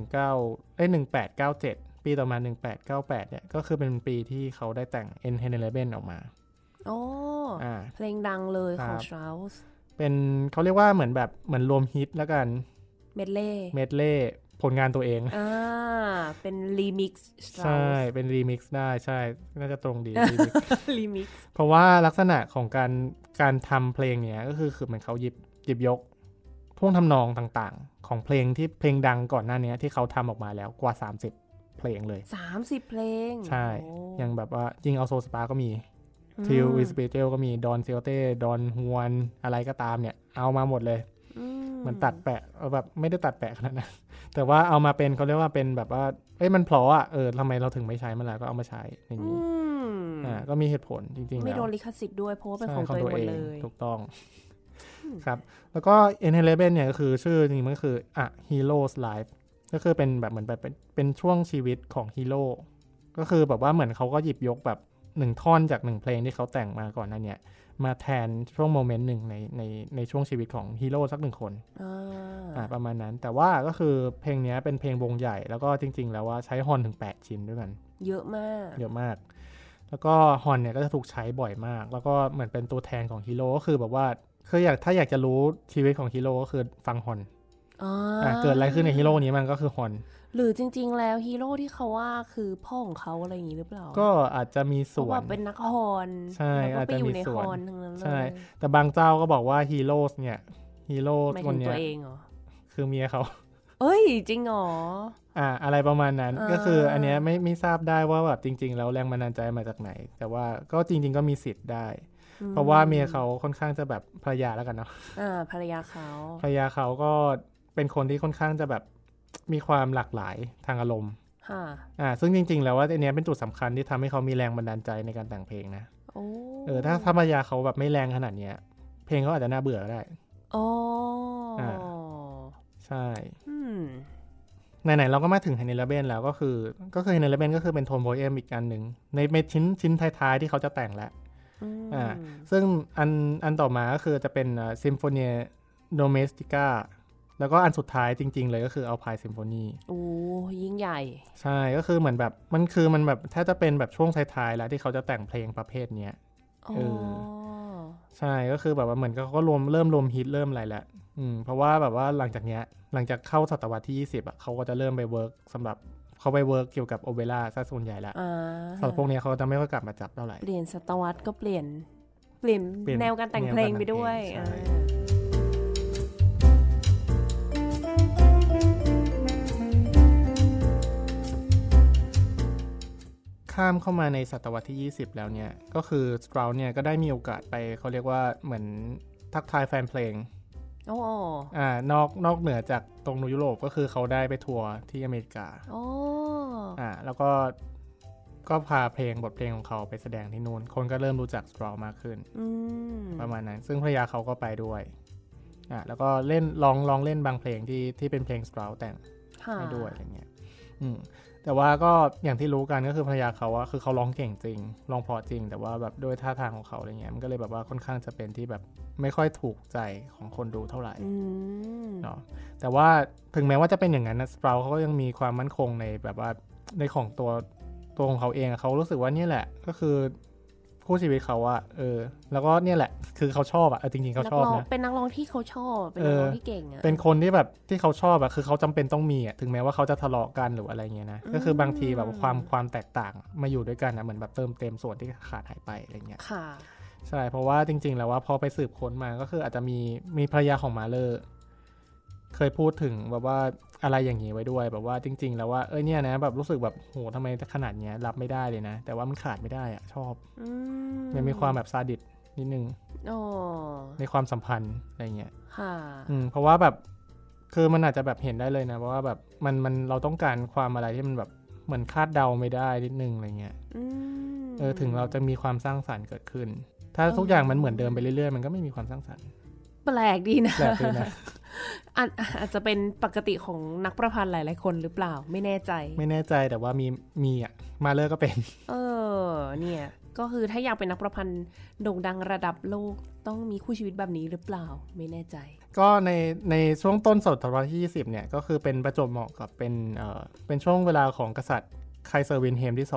1897ปีต่อมา1898เนี่ยก็คือเป็นปีที่เขาได้แต่ง N11 ออกมาโอ้เพลงดังเลยของ Strauss เป็นเขาเรียกว่าเหมือนรวมฮิตแล้วกันเมดเล่ผลงานตัวเองเป็นรีมิกซ์ใช่เป็นรีมิกซ์ได้ใช่น่าจะตรงดีรีมิกซ์เพราะว่าลักษณะของการทำเพลงเนี้ยก็คือเหมือนเขาหยิบยกท่วงทำนองต่างๆของเพลงที่เพลงดังก่อนหน้านี้ที่เขาทำออกมาแล้วกว่า30เพลงเลย 30เพลงใช่อย่างแบบว่ายิงเอาโซสปาก็มีทิลวิสเปเจลก็มีดอนเซลเต้ดอนฮวนอะไรก็ตามเนี่ยเอามาหมดเลยมันตัดแปะแบบไม่ได้ตัดแปะขนาดนั้นแต่ว่าเอามาเป็นเขาเรียกว่าเป็นแบบว่ามันเพราะทำไมเราถึงไม่ใช้มันล่ะก็เอามาใช้อย่างนี้ก็มีเหตุผลจริงๆแล้วไม่โดนลิขสิทธิ์ด้วยเพราะว่าเป็นของตัวเองหมดเลยถูกต้องครับแล้วก็ N11 เนี่ยก็คือชื่อจริงๆมันก็คือHero's Life ก็คือเป็นแบบเหมือนแบบเป็นช่วงชีวิตของฮีโร่ก็คือแบบว่าเหมือนเขาก็หยิบยกแบบ1ท่อนจาก1เพลงที่เขาแต่งมาก่อนนั้นเนี่ยมาแทนช่วงโมเมนต์หนึ่งในช่วงชีวิตของฮีโร่สัก1คนประมาณนั้นแต่ว่าก็คือเพลงนี้เป็นเพลงวงใหญ่แล้วก็จริงๆแล้วว่าใช้ฮอร์นถึง8ชิ้นด้วยกันเยอะมากแล้วก็ฮอร์นเนี่ยก็จะถูกใช้บ่อยมากแล้วก็เหมือนเป็นตัวแทนของฮีโร่ก็คือแบบว่าคือถ้าอยากจะรู้ชีวิตของฮีโร่ก็คือฟังฮอร์นเกิดอะไรขึ้นในฮีโร่นี้มันก็คือฮอร์นหรือจริงๆแล้วฮีโร่ที่เขาว่าคือพ่อของเขาอะไรอย่างนี้หรือเปล่าก็อาจจะมีส่วนเป็นนักฮอร์นใช่อาจจะมีส่วนใช่แต่บางเจ้าก็บอกว่าฮีโร่เนี่ยฮีโร่คนเนี้ยตัวเองเหรอคือเมียเขาเอ้ยจริงเหรออะไรประมาณนั้นก็คืออันเนี้ยไม่ทราบได้ว่าแบบจริงๆแล้วแรงบันดาลใจมาจากไหนแต่ว่าก็จริงๆก็มีสิทธิ์ได้เพราะว่าเมียเขาค่อนข้างจะแบบภรรยาแล้วกันเนาะภรรยาเขาก็เป็นคนที่ค่อนข้างจะแบบมีความหลากหลายทางอารมณ์ซึ่งจริงๆแล้วว่าอันเนี้ยเป็นจุดสำคัญที่ทำให้เขามีแรงบันดาลใจในการแต่งเพลงนะถ้าภรรยาเขาแบบไม่แรงขนาดเนี้ยเพลงเขาอาจจะน่าเบื่อก็ได้ใช่ไหนๆเราก็มาถึงไฮเนลเบนแล้วก็คือไฮเนลเบนก็คือเป็นโทนโพเอมอีกอันหนึ่งในชิ้นท้ายๆที่เขาจะแต่งแล้วซึ่งอันต่อมาก็คือจะเป็นซิมโฟเนียโดเมสติก้าแล้วก็อันสุดท้ายจริงๆเลยก็คืออัลไพน์ซิมโฟนีโอ้ยิ่งใหญ่ใช่ก็คือเหมือนแบบมันแบบแทบจะเป็นแบบช่วงท้ายๆแล้วที่เขาจะแต่งเพลงประเภทเนี้ยใช่ก็คือแบบว่าเหมือนเขาก็เริ่มรวมฮิตเริ่มอะไรแล้วเพราะว่าแบบว่าหลังจากเข้าศตวรรษที่20เขาก็จะเริ่มไปเวิร์กสำหรับเขาไปเวิร์กเกี่ยวกับโอเปร่าซะส่วนใหญ่แล้วสำหรับพวกนี้เขาจะไม่ค่อยกลับมาจับเท่าไหร่เปลี่ยนศตวรรษก็เปลี่ยนแนวการแต่งเพลงไปด้วยข้ามเข้ามาในศตวรรษที่20แล้วเนี่ยก็คือสตราวเนี่ยก็ได้มีโอกาสไปเขาเรียกว่าเหมือนทักทายแฟนเพลงนอกเหนือจากตรงยุโรปก็คือเขาได้ไปทัวร์ที่อเมริกาแล้วก็พาบทเพลงของเขาไปแสดงที่นู่นคนก็เริ่มรู้จักสตราวมากขึ้นประมาณนั้นซึ่งภรรยาเขาก็ไปด้วยแล้วก็เล่นลองเล่นบางเพลงที่เป็นเพลงสตราวแต่งให้ด้วยอะไรเงี้ยแต่ว่าก็อย่างที่รู้กันก็คือภรรยาเขาคือเขาร้องเก่งจริงร้องเพราะจริงแต่ว่าแบบด้วยท่าทางของเขาอะไรเงี้ยมันก็เลยแบบว่าค่อนข้างจะเป็นที่แบบไม่ค่อยถูกใจของคนดูเท่าไหร่เนาะแต่ว่าถึงแม้ว่าจะเป็นอย่างนั้นนะสตราวเขาก็ยังมีความมั่นคงในแบบว่าในของตัวของเขาเองเขารู้สึกว่านี่แหละก็คือคู่ชีวิตเขาแล้วก็เนี่ยแหละคือเขาชอบจริงๆเขาชอบนะเป็นนักร้องที่เขาชอบเป็นนักร้องที่เก่งเป็นคนที่แบบที่เขาชอบคือเขาจำเป็นต้องมีถึงแม้ว่าเขาจะทะเลาะกันหรืออะไรเงี้ยนะก็คือบางทีแบบความแตกต่างมาอยู่ด้วยกันเหมือนแบบเติมเต็มส่วนที่ขาดหายไปอะไรเงี้ยใช่เพราะว่าจริงๆแล้วว่าพอไปสืบค้นมาก็คืออาจจะมีภรรยาของมาเลอร์เคยพูดถึงแบบว่าอะไรอย่างนี้ไว้ด้วยแบบว่าจริงๆแล้วว่าเนี่ยนะแบบรู้สึกแบบโหทำไมขนาดเนี้ยรับไม่ได้เลยนะแต่ว่ามันขาดไม่ได้อะชอบมันมีความแบบซาดิสนิดนึงในความสัมพันธ์อะไรเงี้ยเพราะว่าแบบคือมันอาจจะแบบเห็นได้เลยนะเพราะว่าแบบมันเราต้องการความอะไรที่มันแบบเหมือนคาดเดาไม่ได้นิดนึงอะไรเงี้ยถึงเราจะมีความสร้างสรรค์เกิดขึ้นถ้าทุกอย่างมันเหมือนเดิมไปเรื่อยๆมันก็ไม่มีความสร้างสรรค์แปลกดีนะอาจจะเป็นปกติของนักประพันธ์หลายๆคนหรือเปล่าไม่แน่ใจแต่ว่ามีอ่ะมาเลอร์ก็เป็นเนี่ยก็คือถ้าอยากเป็นนักประพันธ์โด่งดังระดับโลกต้องมีคู่ชีวิตแบบนี้หรือเปล่าไม่แน่ใจก็ในช่วงต้นศตวรรษที่20เนี่ยก็คือเป็นประจวบเหมาะกับเป็นช่วงเวลาของกษัตริย์ไคเซอร์วิลเฮมที่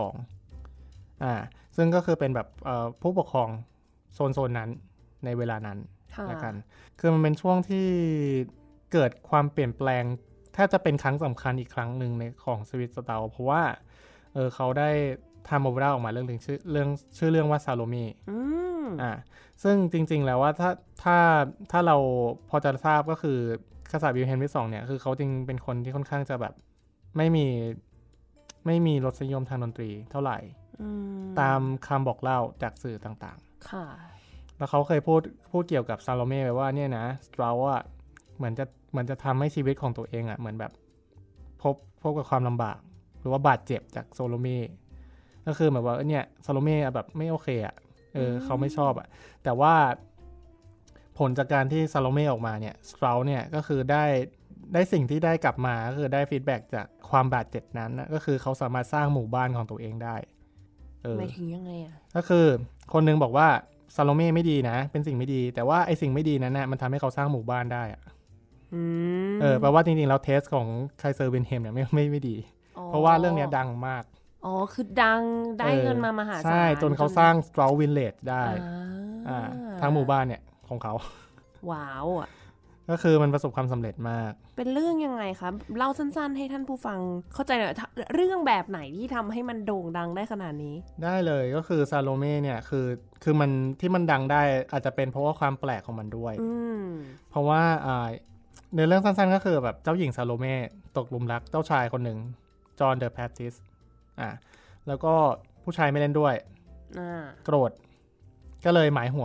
2ซึ่งก็คือเป็นแบบผู้ปกครองโซนนั้นในเวลานั้นละกันคือมันเป็นช่วงที่เกิดความเปลี่ยนแปลงแทบจะเป็นครั้งสำคัญอีกครั้งหนึ่งในของสวิตสเตาเพราะว่าเขาได้ทำโอเปร่าออกมาเรื่องนึงชื่อเรื่องว่าซาโลเม่ซึ่งจริงๆแล้วว่าถ้าเราพอจะทราบก็คือกษัตริย์วิลเฮมที่2เนี่ยคือเขาจริงเป็นคนที่ค่อนข้างจะแบบไม่มีรสนิยมทางดนตรีเท่าไหร่ตามคำบอกเล่าจากสื่อต่างๆค่ะแล้วเขาเคยพูดเกี่ยวกับซาโลเม่ไว้ว่าเนี่ยนะสตราว์อะเหมือนจะทำให้ชีวิตของตัวเองอะเหมือนแบบพบกับความลำบากหรือว่าบาดเจ็บจากซาโลเม่ก็คือแบบว่าเนี่ยซาโลเม่แบบไม่โอเคอะเขาไม่ชอบอะแต่ว่าผลจากการที่ซาโลเม่ออกมาเนี่ยสตราว์เนี่ยก็คือได้สิ่งที่ได้กลับมาก็คือได้ฟีดแบ็กจากความบาดเจ็บนั้นนะก็คือเขาสามารถสร้างหมู่บ้านของตัวเองได้หมายถึงยังไงอะก็คือคนนึงบอกว่าซาโลเม่ไม่ดีนะเป็นสิ่งไม่ดีแต่ว่าไอสิ่งไม่ดีนั้นนะมันทำให้เขาสร้างหมู่บ้านได้อะแปลว่าจริงๆแล้วเทสของไคเซอร์วิลเฮมเนี่ยไม่ดีเพราะว่าเรื่องนี้ดังมากคือดังได้เงินมามหาศาลใช่จนเขาสร้างสตราว์วิลเลจได้ทั้งหมู่บ้านเนี่ยของเขาว้าวอ่ะก็คือมันประสบความสำเร็จมากเป็นเรื่องยังไงคะเล่าสั้นๆให้ท่านผู้ฟังเข้าใจหน่อยเรื่องแบบไหนที่ทำให้มันโด่งดังได้ขนาดนี้ได้เลยก็คือซาโลเม่เนี่ยคือมันที่มันดังได้อาจจะเป็นเพราะว่าความแปลกของมันด้วยเพราะว่าในเรื่องสั้นๆก็คือแบบเจ้าหญิงซาโลเม่ตกหลุมรักเจ้าชายคนหนึ่งจอห์นเดอะแบปติสต์แล้วก็ผู้ชายไม่เล่นด้วยโกรธก็เลยหมายหัว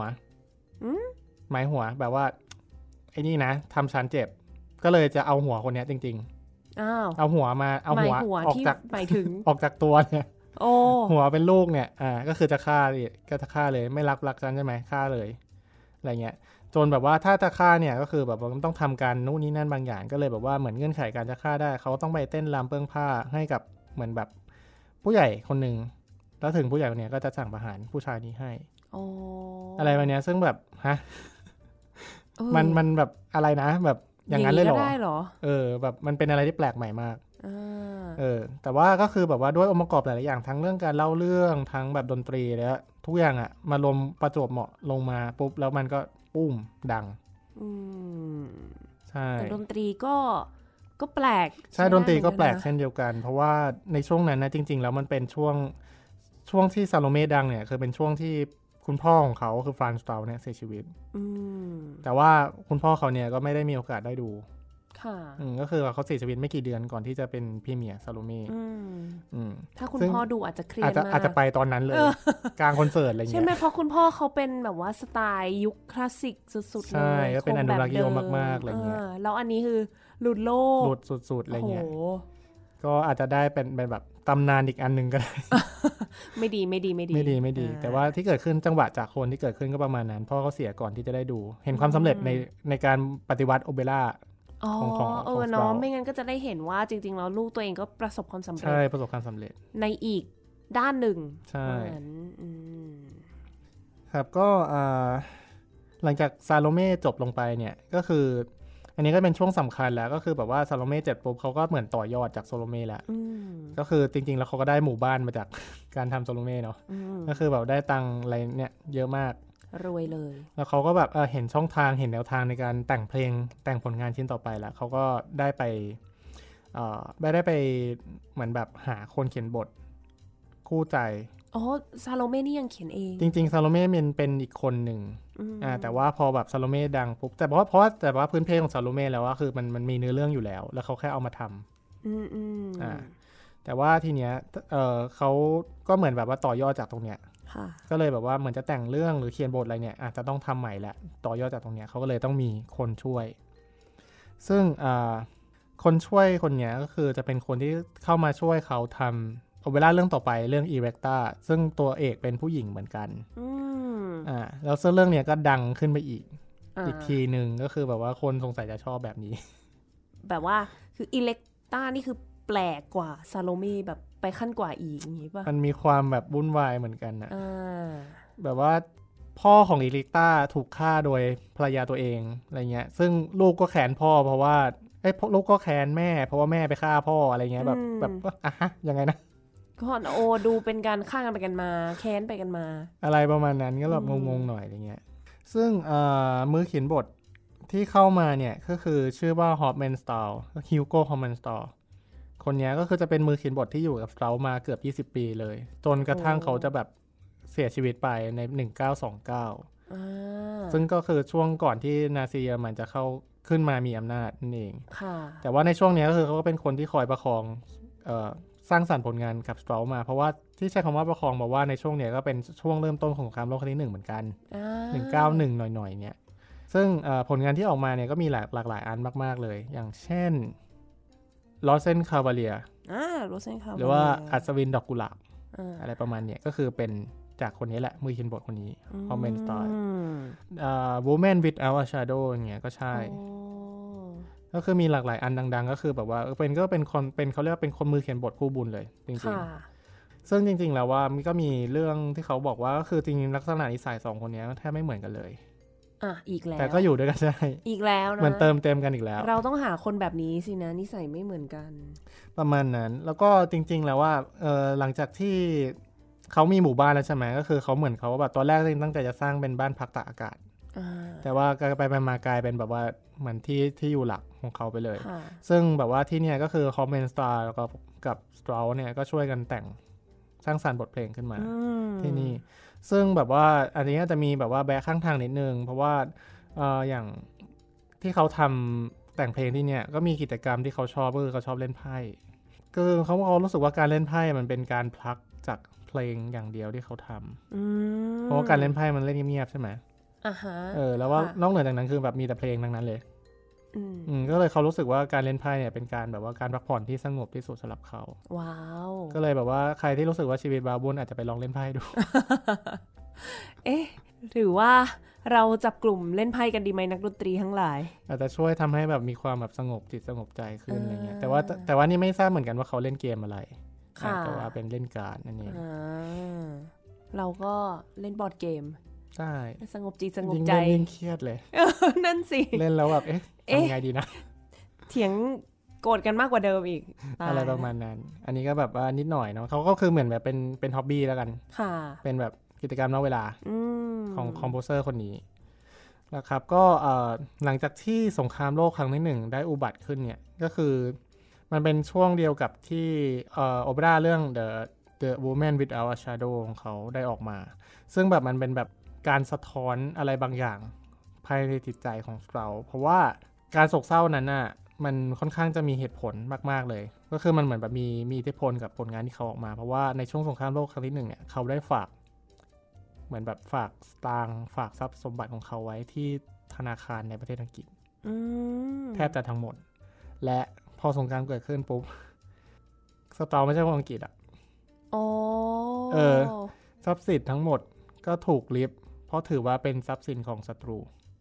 แบบว่าไอ้นี่นะทำฉันเจ็บก็เลยจะเอาหัวคนนี้จริงๆเอาหัวออกจากหมายถึงออกจากตัวเนี่ยหัวเป็นลูกเนี่ยก็คือจะฆ่าเลยไม่รักฉันใช่ไหมฆ่าเลยอะไรเงี้ยจนแบบว่าถ้าจะฆ่าเนี่ยก็คือแบบมันต้องทำการนู่นนี่นั่นบางอย่างก็เลยแบบว่าเหมือนเงื่อนไขการจะฆ่าได้เขาต้องไปเต้นรำเปิ้งผ้าให้กับเหมือนแบบผู้ใหญ่คนหนึ่งแล้วถึงผู้ใหญ่คนนี้ก็จะสั่งประหารผู้ชายนี้ให้อะไรแบบนี้ซึ่งแบบฮะมันแบบอะไรนะแบบอย่างนั้นเลยเหรอแบบมันเป็นอะไรที่แปลกใหม่มากแต่ว่าก็คือแบบว่าด้วยองค์ประกอบหลายๆอย่างทั้งเรื่องการเล่าเรื่องทั้งแบบดนตรีแล้วทุกอย่างอ่ะมารวมประจวบเหมาะลงมาปุ๊บแล้วมันก็ปุ้มดังใช่แต่ดนตรีก็แปลกใช่ดนตรีก็แปลกเช่นเดียวกันเพราะว่าในช่วงนั้นนะจริงๆแล้วมันเป็นช่วงที่ซาโลเม่ดังเนี่ยคือเป็นช่วงที่คุณพ่อของเขาคือฟรานซ์สตราว์เนี่ยเสียชีวิตแต่ว่าคุณพ่อเขาเนี่ยก็ไม่ได้มีโอกาสได้ดูก็คือเขาเสียชีวิตไม่กี่เดือนก่อนที่จะเป็นพรีเมียร์ซาโลเม่ถ้าคุณพ่อดูอาจจะเครียดมากอาจจะไปตอนนั้นเลยกลางคอนเสิร์ตอะไรเงี้ยใช่ไหมเพราราะคุณพ่อเขาเป็นแบบว่าสไตล์ยุคคลาสสิกสุดๆเลยใช่ก็เป็นอนุรักษ์นิยมมากๆอะไรเงี้ยแล้วอันนี้คือหลุดโลกหลุดสุดๆอะไรเงี้ยก็อาจจะได้เป็นแบบตำนานอีกอันนึงก็ได้ไม่ดีแต่ว่าที่เกิดขึ้นจังหวะจากคนที่เกิดขึ้นก็ประมาณนั้นพ่อเขาเสียก่อนที่จะได้ดูเห็นความสำเร็จในการปฏิวัติโอเปร่าของเนาะไม่งั้นก็จะได้เห็นว่าจริงๆแล้วลูกตัวเองก็ประสบความสำเร็จใช่ประสบความสำเร็จในอีกด้านหนึ่งใช่ครับก็หลังจากซาโลเม่จบลงไปเนี่ยก็คืออันนี้ก็เป็นช่วงสำคัญแล้วก็คือแบบว่าซาโลเม่เจ็บปุ๊บเขาก็เหมือนต่อยอดจากซาโลเม่แล้วก็คือจริงๆแล้วเขาก็ได้หมู่บ้านมาจากการทำซาโลเม่เนาะก็คือแบบได้ตังอะไรเนี่ยเยอะมากรวยเลยแล้วเขาก็แบบเห็นช่องทางเห็นแนวทางในการแต่งเพลงแต่งผลงานชิ้นต่อไปแล้วเขาก็ได้ไปเหมือนแบบหาคนเขียนบทคู่ใจซาโลเม่นี่ยังเขียนเองจริงๆซาโลเม่เป็นอีกคนหนึ่งแต่ว่าพอแบบซาโลเม่ดังปุ๊บแต่ว่าพื้นเพของซาโลเม่แล้วว่าคือมันมีเนื้อเรื่องอยู่แล้วเขาแค่เอามาทำแต่ว่าทีเนี้ยเขาก็เหมือนแบบว่าต่อยอดจากตรงเนี้ยก็เลยแบบว่าเหมือนจะแต่งเรื่องหรือเขียนบทอะไรเนี่ยอาจจะต้องทำใหม่แหละต่อยอดจากตรงเนี้ยเขาก็เลยต้องมีคนช่วยซึ่งคนช่วยคนเนี้ยก็คือจะเป็นคนที่เข้ามาช่วยเขาทำโอเปร่าเรื่องต่อไปเรื่อง Erecta ซึ่งตัวเอกเป็นผู้หญิงเหมือนกันแล้วเรื่องเนี้ยก็ดังขึ้นไปอีกทีนึงก็คือแบบว่าคนสงสัยจะชอบแบบนี้แบบว่าคือ Erecta นี่คือแปลกกว่าซาโลเม่แบบไปขั้นกว่าอีกอย่างนี้ป่ะมันมีความแบบวุ่นวายเหมือนกันนะแบบว่าพ่อของอิลิกตาถูกฆ่าโดยภรรยาตัวเองอะไรเงี้ยซึ่งลูกก็แค้นพ่อเพราะว่าลูกก็แค้นแม่เพราะว่าแม่ไปฆ่าพ่ออะไรเงี้ยแบบฮะยังไงนะก็ดูเป็นการฆ่ากันไปกันมาแค้นไปกันมาอะไรประมาณนั้นก็แบบงงๆหน่อยอะไรเงี้ยซึ่งมือเขียนบทที่เข้ามาเนี่ยก็คือชื่อว่าฮอปแมนสตาร์ฮิวโก้ฮอปแมนสตาร์คนนี้ก็คือจะเป็นมือเขียนบทที่อยู่กับเรามาเกือบ20 ปีเลยจนกระทั่งเขาจะแบบเสียชีวิตไปใน1929ซึ่งก็คือช่วงก่อนที่นาซีเยอรมันจะเข้าขึ้นมามีอำนาจนั่นเองแต่ว่าในช่วงนี้ก็คือเขาก็เป็นคนที่คอยประคองสร้างสรรค์ผลงานกับสตรามาเพราะว่าที่ใช้คำว่าประคองบอกว่าในช่วงนี้ก็เป็นช่วงเริ่มต้นของสงครามโลกครั้งที่1เหมือนกัน191หน่อยๆเนี่ยซึ่งผลงานที่ออกมาเนี่ยก็มีหลากหลายอันมากๆเลยอย่างเช่นลอเซนคาบาเลียหรือว่าอัศวินดอกกุหลาบอะไรประมาณเนี้ยก็คือเป็นจากคนนี้แหละมือเขียนบทคนนี้คอมเมนต์สไตล์Woman Without a Shadow อย่างเงี้ยก็ใช่ก็คือมีหลากหลายอันดังๆก็คือแบบว่าเป็นเขาเรียกว่าเป็นคนมือเขียนบทคู่บุญเลยจริงๆซึ่งจริงๆแล้วว่ามันก็มีเรื่องที่เขาบอกว่าก็คือจริงๆลักษณะนิสัย2คนนี้แทบไม่เหมือนกันเลยอีกแล้วแต่ก็อยู่ด้วยกันได้อีกแล้วนะมันเติมเต็มกันอีกแล้วเราต้องหาคนแบบนี้สินะนิสัยไม่เหมือนกันประมาณนั้นแล้วก็จริงๆแล้วว่าหลังจากที่เขามีหมู่บ้านแล้วใช่ไหมก็คือเขาเหมือนเขาแบบตอนแรกตั้งใจจะสร้างเป็นบ้านพักตากอากาศแต่ว่าไปมากลายเป็นแบบว่าเหมือนที่อยู่หลักของเขาไปเลยซึ่งแบบว่าที่เนี่ยก็คือคอมเมนสตาร์แล้วก็กับสตราว์เนี่ยก็ช่วยกันแต่งสร้างสรรค์บทเพลงขึ้นมาที่นี่ซึ่งแบบว่าอันนี้จะมีแบบว่าแบกข้างทางนิดนึงเพราะว่าอย่างที่เขาทำแต่งเพลงที่เนี่ยก็มีกิจกรรมที่เขาชอบก็คือเขาชอบเล่นไพ่คือเขารู้สึกว่าการเล่นไพ่มันเป็นการพลักจากเพลงอย่างเดียวที่เขาทำเพราะว่าการเล่นไพ่มันเล่นเงียบๆใช่ไหมแล้วว่านอกเหนือจากนั้นคือแบบมีแต่เพลงทั้งนั้นเลยก็เลยเขารู้สึกว่าการเล่นไพ่เนี่ยเป็นการแบบว่าการพักผ่อนที่สงบที่สุดสำหรับเขาว้าวก็เลยแบบว่าใครที่รู้สึกว่าชีวิตบ้าวุ่นอาจจะไปลองเล่นไพ่ดูหรือว่าเราจับกลุ่มเล่นไพ่กันดีไหมนักดนตรีทั้งหลายอาจจะช่วยทำให้แบบมีความแบบสงบจิตสงบใจขึ้นอะไรเงี้ยแต่ว่านี่ไม่ทราบเหมือนกันว่าเขาเล่นเกมอะไรแต่ว่าเป็นเล่นการ์ดนั่นเองเราก็เล่นบอร์ดเกมใช่สงบจิตสงบใจยิ่งเครียดเลยนั่นสิเล่นแล้วแบบทำไงดีนะเถียงโกรธกันมากกว่าเดิมอีกอะไรประมาณนั้นอันนี้ก็แบบว่านิดหน่อยเนาะเขาก็คือเหมือนแบบเป็นฮ็อบบี้แล้วกันเป็นแบบกิจกรรมนอกเวลาของคอมโพเซอร์คนนี้นะครับก็หลังจากที่สงครามโลกครั้งที่1ได้อุบัติขึ้นเนี่ยก็คือมันเป็นช่วงเดียวกับที่โอเปร่าเรื่อง The Woman Without a Shadow ของเขาได้ออกมาซึ่งแบบมันเป็นแบบการสะท้อนอะไรบางอย่างภายในจิตใจของเราเพราะว่าการโศกเศร้านั้นน่ะมันค่อนข้างจะมีเหตุผลมากๆเลยก็คือมันเหมือนแบบมีอิทธิพลกับผลงานที่เขาออกมาเพราะว่าในช่วงสงครามโลกครั้งที่1เนี่ยเขาได้ฝากเหมือนแบบฝากสตางค์ฝากทรัพย์สมบัติของเขาไว้ที่ธนาคารในประเทศอังกฤษแทบจะทั้งหมดและพอสงครามเกิดขึ้นปุ๊บสตางค์ไม่ใช่ของอังกฤษอ่ะทรัพย์สินทั้งหมดก็ถูกริบเพราะถือว่าเป็นทรัพย์สินของศัตรู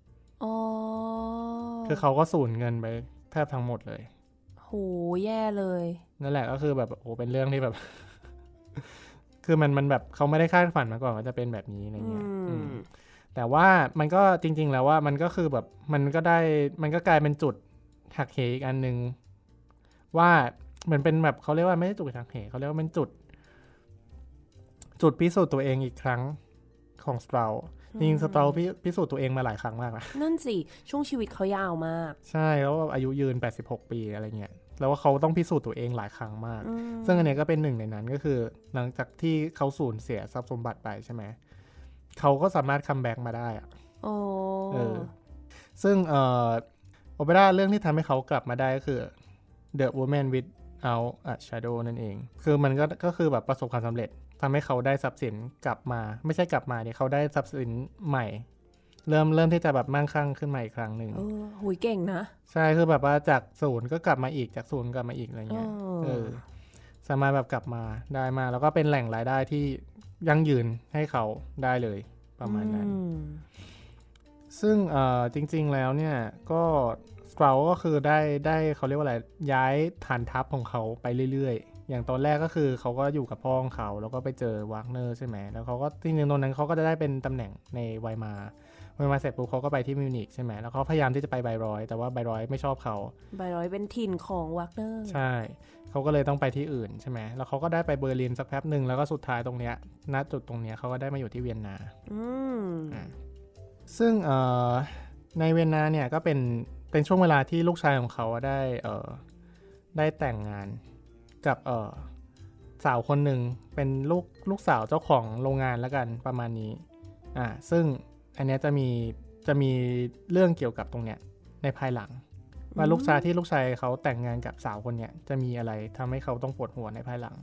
คือเขาก็สูญเงินไปแทบทั้งหมดเลยโหแย่เลยนั่นแหละก็คือแบบโอ้เป็นเรื่องที่แบบ คือมันแบบเขาไม่ได้คาดฝันมาก่อนว่าจะเป็นแบบนี้อะไรเงี้ยแต่ว่ามันก็จริงๆแล้วว่ามันก็คือแบบมันก็กลายเป็นจุดหักเหอีกอันนึงว่าเหมือนเป็นแบบเขาเรียกว่าไม่ใช่จุดหักเหเขาเรียกว่าเป็นจุดพิสูจน์ตัวเองอีกครั้งของสตราว์จริงๆสตราว์พิสูจน์ตัวเองมาหลายครั้งมากนะนั่นสิช่วงชีวิตเขายาวมากใช่เขาอายุยืน86ปีอะไรเงี้ยแล้วว่าเขาต้องพิสูจน์ตัวเองหลายครั้งมากซึ่งอันนี้ก็เป็นหนึ่งในนั้นก็คือหลังจากที่เขาสูญเสียทรัพย์สมบัติไปใช่ไหมเขาก็สามารถคัมแบ็กมาได้อะโอ้ซึ่งโอเปร่าเรื่องที่ทำให้เขากลับมาได้ก็คือ The Woman Without a Shadow นั่นเองคือมันก็คือแบบประสบความสำเร็จทำให้เขาได้ทรัพย์สินกลับมาไม่ใช่กลับมาเนี่ยเขาได้ทรัพย์สินใหม่เริ่มที่จะแบบมั่งคั่งขึ้นมาอีกครั้งหนึ่งหุยเก่งนะใช่คือแบบว่าจากศูนย์ก็กลับมาอีกจากศูนย์กลับมาอีกอะไรเงี้ยสามารถแบบกลับมาได้มาแล้วก็เป็นแหล่งรายได้ที่ยั่งยืนให้เขาได้เลยประมาณนั้นซึ่งจริงๆแล้วเนี่ยก็สตราก็คือได้เขาเรียกว่าอะไรย้ายฐานทัพของเขาไปเรื่อยๆอย่างตอนแรกก็คือเขาก็อยู่กับพ่อของเขาแล้วก็ไปเจอวากเนอร์ใช่ไหมแล้วเขาก็จริงๆตรงนั้นเขาก็จะได้เป็นตำแหน่งในไวมาเสร็จปุ๊บเขาก็ไปที่มิวนิกใช่ไหมแล้วเขาพยายามที่จะไปไบรอยแต่ว่าไบรอยไม่ชอบเขาไบรอยเป็นถิ่นของวากเนอร์ใช่เขาก็เลยต้องไปที่อื่นใช่ไหมแล้วเขาก็ได้ไปเบอร์ลินสักแป๊บหนึ่งแล้วก็สุดท้ายตรงเนี้ยณจุดตรงเนี้ยเขาก็ได้มาอยู่ที่เวียนนาซึ่งในเวียนนาเนี่ยก็เป็นช่วงเวลาที่ลูกชายของเขาได้แต่งงานกับสาวคนหนึ่งเป็นลูกสาวเจ้าของโรงงานแล้วกันประมาณนี้ซึ่งอันนี้จะมีเรื่องเกี่ยวกับตรงเนี้ยในภายหลังว่าลูกชายเขาแต่งงานกับสาวคนเนี้ยจะมีอะไรทำให้เขาต้องปวดหัวในภายหลัง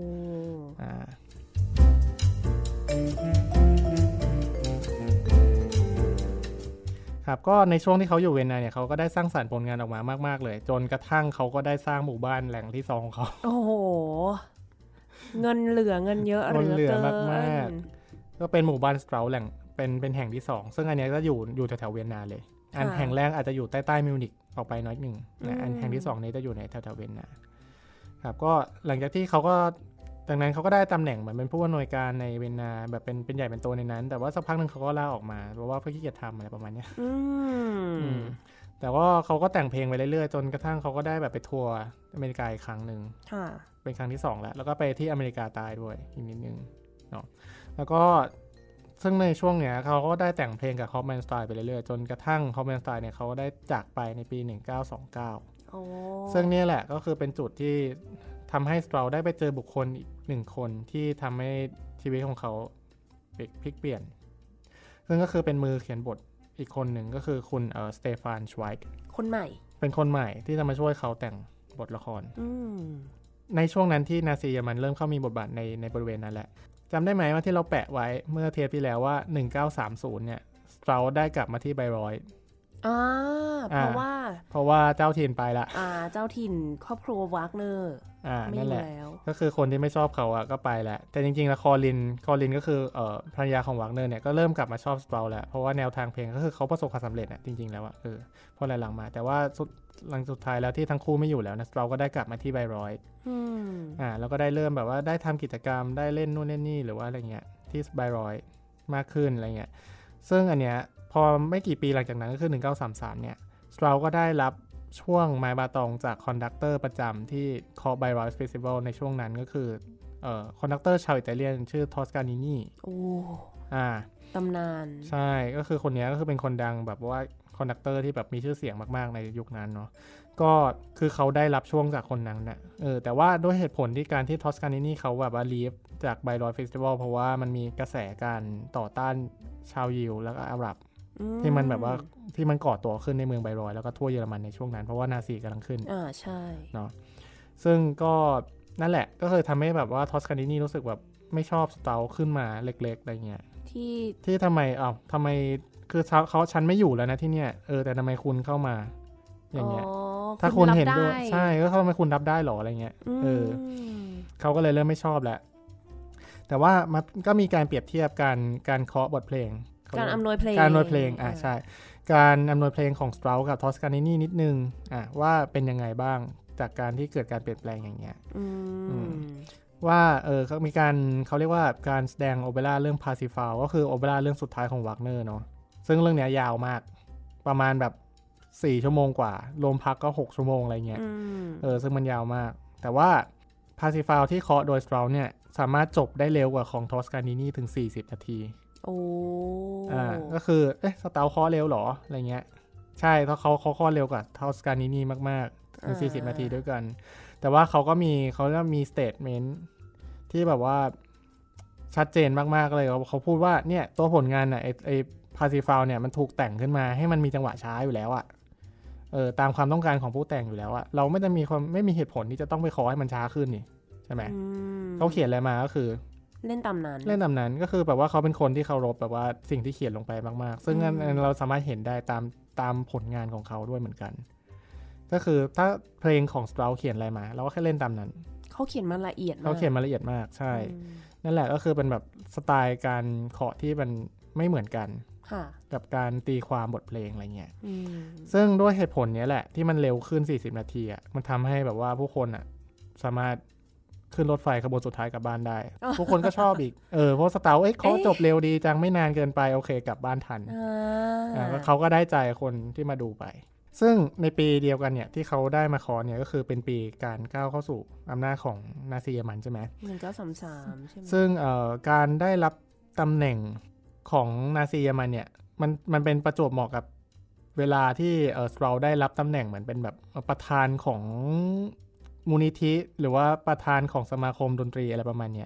ครับก็ในช่วงที่เขาอยู่เวียนนาเนี่ยเขาก็ได้สร้างสรรค์ผลงานออกมามากๆเลยจนกระทั่งเขาก็ได้สร้างหมู่บ้านแหล่งที่2ของเขาโอ้โหเงินเหลือเงินเยอะเหลือมากๆก็เป็นหมู่บ้านสตราแหล่งเป็นแห่งที่2ซึ่งอันนี้ก็อยู่แถวๆเวียนนาเลยอันแห่งแรกอาจจะอยู่ใต้มิวนิกออกไปน้อยนึงนะอันแห่งที่2นี้จะอยู่ในแถวๆเวียนนาครับก็หลังจากที่เขาก็ดังนั้นเขาก็ได้ตำแหน่งเหมือนเป็นผู้อำนวยการในเวียนนาแบบเป็นใหญ่เป็นโตในนั้นแต่ว่าสักพักนึงเขาก็ลาออกมาเพราะว่าเพื่อขี้เกียจทำอะไรประมาณนี้แต่ว่าเขาก็แต่งเพลงไปเรื่อยๆจนกระทั่งเขาก็ได้แบบไปทัวร์อเมริกาอีกครั้งนึงเป็นครั้งที่2แล้วก็ไปที่อเมริกาใต้ด้วยอีกนิดนึงเนาะแล้วก็ซึ่งในช่วงเนี้ยเขาก็ได้แต่งเพลงกับฮอปแมนสไตล์ไปเรื่อยๆจนกระทั่งฮอปแมนสไตล์เนี่ยเขาได้จากไปในปี1929ซึ่งนี่แหละก็คือเป็นจุดที่ทำให้สตราได้ไปเจอบุคคลอีก1คนที่ทำให้ชีวิตของเขาพลิกเปลี่ยนซึ่งก็คือเป็นมือเขียนบทอีกคนหนึ่งก็คือคุณสเตฟานชไวค์คนใหม่เป็นคนใหม่ที่จะมาช่วยเขาแต่งบทละครในช่วงนั้นที่นาซีเยอรมันเริ่มเข้ามีบทบาทในบริเวณนั้นแหละจำได้ไหมว่าที่เราแปะไว้เมื่อเทปที่แล้วว่า1930เนี่ยสตราได้กลับมาที่ไบรอยด์เพราะว่าเจ้าถิ่นไปละเจ้าถิ่นครอบครัววากเนอร์นั่นแหละก็คือคนที่ไม่ชอบเขาก็ไปแล้วแต่จริงๆแล้วคอลินก็คือภรรยาของวากเนอร์เนี่ยก็เริ่มกลับมาชอบสตราแล้วเพราะว่าแนวทางเพลงก็คือเขาประสบความสำเร็จจริงๆแล้วพอหลังๆมาแต่ว่าหลังสุดท้ายแล้วที่ทั้งคู่ไม่อยู่แล้วนะสตราก็ได้กลับมาที่ไบรอยด์แล้วก็ได้เริ่มแบบว่าได้ทำกิจกรรมได้เล่นนู่นเล่นนี่หรือว่าอะไรเงี้ยที่ไบรอยด์มากขึ้นอะไรเงี้ยซึ่งอันเนี้ยพอไม่กี่ปีหลังจากนั้นก็คือ1933เนี่ยสตราก็ได้รับช่วงไม้บาตองจากคอนดักเตอร์ประจำที่คอไบรอยด์เฟสติวัลในช่วงนั้นก็คือคอนดักเตอร์ชาวอิตาเลียนชื่อทอสกานินีตำนานใช่ก็คือคนนี้ก็คือเป็นคนดังแบบว่าคอนดักเตอร์ที่แบบมีชื่อเสียงมากๆในยุคนั้นเนาะก็คือเขาได้รับช่วงจากคนนั้นนะแต่ว่าด้วยเหตุผลที่การที่ทอสกานินีเขาแบบว่าลีฟจากไบรอยด์เฟสติวัลเพราะว่ามันมีกระแสการต่อต้านชาวยิวแล้วก็อาหรับที่มันแบบว่าที่มันก่อตัวขึ้นในเมืองไบรอยด์แล้วก็ทั่วเยอรมันในช่วงนั้นเพราะว่านาซีกำลังขึ้นใช่เนาะซึ่งก็นั่นแหละก็เคยทำให้แบบว่าทอสกานินีรู้สึกแบบไม่ชอบสตาร์ขึ้นมาเล็กๆอะไรเงี้ยที่ทำไมคือฉันไม่อยู่แล้วนะที่เนี่ยแต่ทำไมคุณเข้ามาอย่างเงี้ยถ้าคุณเห็นด้วยใช่ก็ทำไมคุณรับได้หรออะไรเงี้ยเขาก็เลยเริ่มไม่ชอบแล้วแต่ว่ามันก็มีการเปรียบเทียบการเคาะบทเพลงการอำนวยเพลงใช่การอำนวยเพลงของสตรากับทอสกานินีนิดนึงว่าเป็นยังไงบ้างจากการที่เกิดการเปลี่ยนแปลงอย่างเงี้ยว่าเขามีการเขาเรียกว่าการแสดงโอเปร่าเรื่อง Parsifal ก็คือโอเปร่าเรื่องสุดท้ายของวากเนอร์เนาะซึ่งเรื่องนี้ยาวมากประมาณแบบ4ชั่วโมงกว่ารวมพักก็6ชั่วโมงอะไรเงี้ยซึ่งมันยาวมากแต่ว่า Parsifal ที่เคาะโดยสตราเนี่ยสามารถจบได้เร็วกว่าของทอสกานินีถึง40นาทีก็คือสตาร์เคาะเร็วหรออะไรเงี้ยใช่เพราะเขาเคาะเร็วกว่าทอสกานินีมากๆถึง40นาทีด้วยกันแต่ว่าเขามีสเตทเมนต์ที่แบบว่าชัดเจนมากๆเลยเขาพูดว่าเนี่ยตัวผลงานน่ะไอพาซิฟาวเนี่ยมันถูกแต่งขึ้นมาให้มันมีจังหวะช้าอยู่แล้วอะตามความต้องการของผู้แต่งอยู่แล้วอะเราไม่มีเหตุผลที่จะต้องไปขอให้มันช้าขึ้นนี่ใช่ไหมเขาเขียนอะไรมาก็คือเล่นตามนั้นก็คือแบบว่าเขาเป็นคนที่เคารพแบบว่าสิ่งที่เขียนลงไปมากๆซึ่งเราสามารถเห็นได้ตามผลงานของเขาด้วยเหมือนกันก็คือถ้าเพลงของสตราวเขียนอะไรมาเราก็แค่เล่นตามนั้นเขาเขียนมาละเอียดมากใช่นั่นแหละก็คือเป็นแบบสไตล์การเคาะที่มันไม่เหมือนกันกับการตีความบทเพลงอะไรเงี้ยซึ่งด้วยเหตุผลนี้แหละที่มันเร็วขึ้น40นาทีอ่ะมันทำให้แบบว่าผู้คนอ่ะสามารถขึ้นรถไฟขบวนสุดท้ายกลับบ้านได้ ผู้คนก็ชอบอีกเพราะสตาร์เขาจบเร็วดีจังไม่นานเกินไปโอเคกลับบ้านทันเขาก็ได้ใจคนที่มาดูไปซึ่งในปีเดียวกันเนี่ยที่เขาได้มาคอเนี่ยก็คือเป็นปีการก้าวเข้าสู่อำนาจของนาซีเยอรมันใช่ไหม 1933ใช่ไหมซึ่งการได้รับตำแหน่งของนาซีเยอรมันเนี่ยมันเป็นประจวบเหมาะกับเวลาที่สตราวได้รับตำแหน่งเหมือนเป็นแบบประธานของมูลนิธิหรือว่าประธานของสมาคมดนตรีอะไรประมาณเนี้ย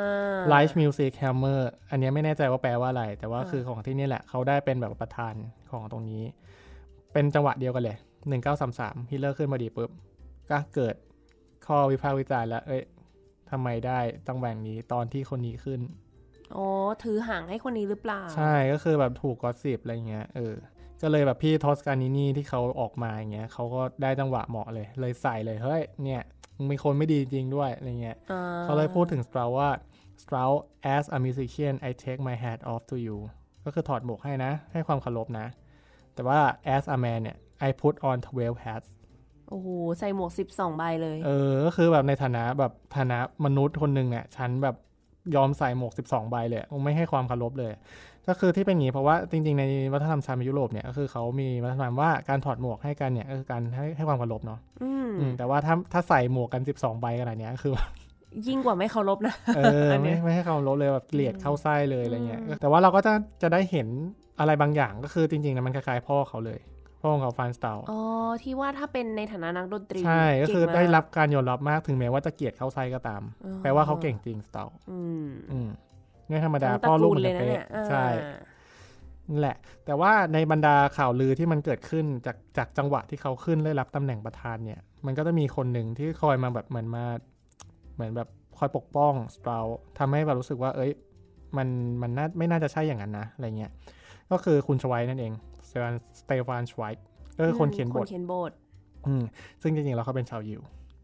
Live Music Hammer อันนี้ไม่แน่ใจว่าแปลว่าอะไรแต่ว่าคือของที่นี่แหละเขาได้เป็นแบบประธานของตรงนี้เป็นจังหวะเดียวกันเลย1933ฮิตเลอร์ขึ้นมาดีปุ๊บก็เกิดข้อวิพากษ์วิจารณ์แล้วทำไมได้ตำแหน่งนี้ตอนที่คนนี้ขึ้นถือหางให้คนนี้หรือเปล่าใช่ก็คือแบบถูกกอสซิปอะไรเงี้ยก็เลยแบบพี่ทอสกานินีที่เขาออกมาอย่างเงี้ยเขาก็ได้จังหวะเหมาะเลยใส่เลยเฮ้ยเนี่ยมึงเป็นคนไม่ดีจริงด้วยอะไรเงี้ยเขาเลยพูดถึงสตราว่า Strauss as a musician I take my hat off to you ก็คือถอดหมวกให้นะให้ความเคารพนะแต่ว่า as a man เนี่ย I put on 12 hats โอ้โหใส่หมวก12ใบเลยก็คือแบบในฐานะมนุษย์คนนึงเนี่ยฉันแบบยอมใส่หมวก12ใบเลยไม่ให้ความเคารพเลยก็คือที่เป็นอย่างนี้เพราะว่าจริงๆในวัฒนธรรมชาวยุโรปเนี่ยก็คือเขามีวัฒนธรรมว่าการถอดหมวกให้กันเนี่ยก็คือการให้ความเคารพเนาะแต่ว่าถ้าใส่หมวกกัน12ใบขนาดนี้คือยิ่งกว่าไม่เคารพนะไม่ให้เคารพเลยแบบเกลียดเข้าไส้เลยอะไรเงี้ยแต่ว่าเราก็จะได้เห็นอะไรบางอย่างก็คือจริงๆนะมันคล้ายๆพ่อเขาเลยพ่อของเขาฟานสตาลที่ว่าถ้าเป็นในฐานะนักดนตรีใช่ก็คือได้รับการยอมรับมากถึงแม้ว่าจะเกลียดเข้าไส้ก็ตามแปลว่าเขาเก่งจริงสตาลไม่ธรรมดาพ่อลูกมันจะเป๊ะใช่นั่นแหละแต่ว่าในบรรดาข่าวลือที่มันเกิดขึ้นจากจังหวะที่เขาขึ้นได้รับตำแหน่งประธานเนี่ยมันก็จะมีคนหนึ่งที่คอยมาแบบเหมือนแบบคอยปกป้องสตราลทำให้แบบรู้สึกว่ามันไม่น่าจะใช่อย่างนั้นนะอะไรเงี้ยก็คือคุณชไวนั่นเองสเตฟานชไวท์ก็คือคนเขียนบทซึ่งจริงๆแล้วเขาเป็นชาวยิว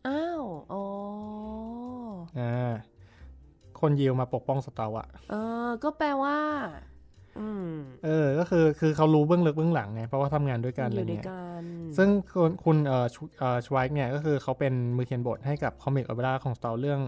คนยิวมาปกป้องสตราลอ่ะก็แปลว่าก็คือเขารู้เบื้องลึกเบื้องหลังไงเพราะว่าทำงานด้วยกันอะไรเงี้ยซึ่งคุณชไวท์เนี่ยก็คือเขาเป็นมือเขียนบทให้กับคอมิกโอเปร่าของสตราลเรื่อง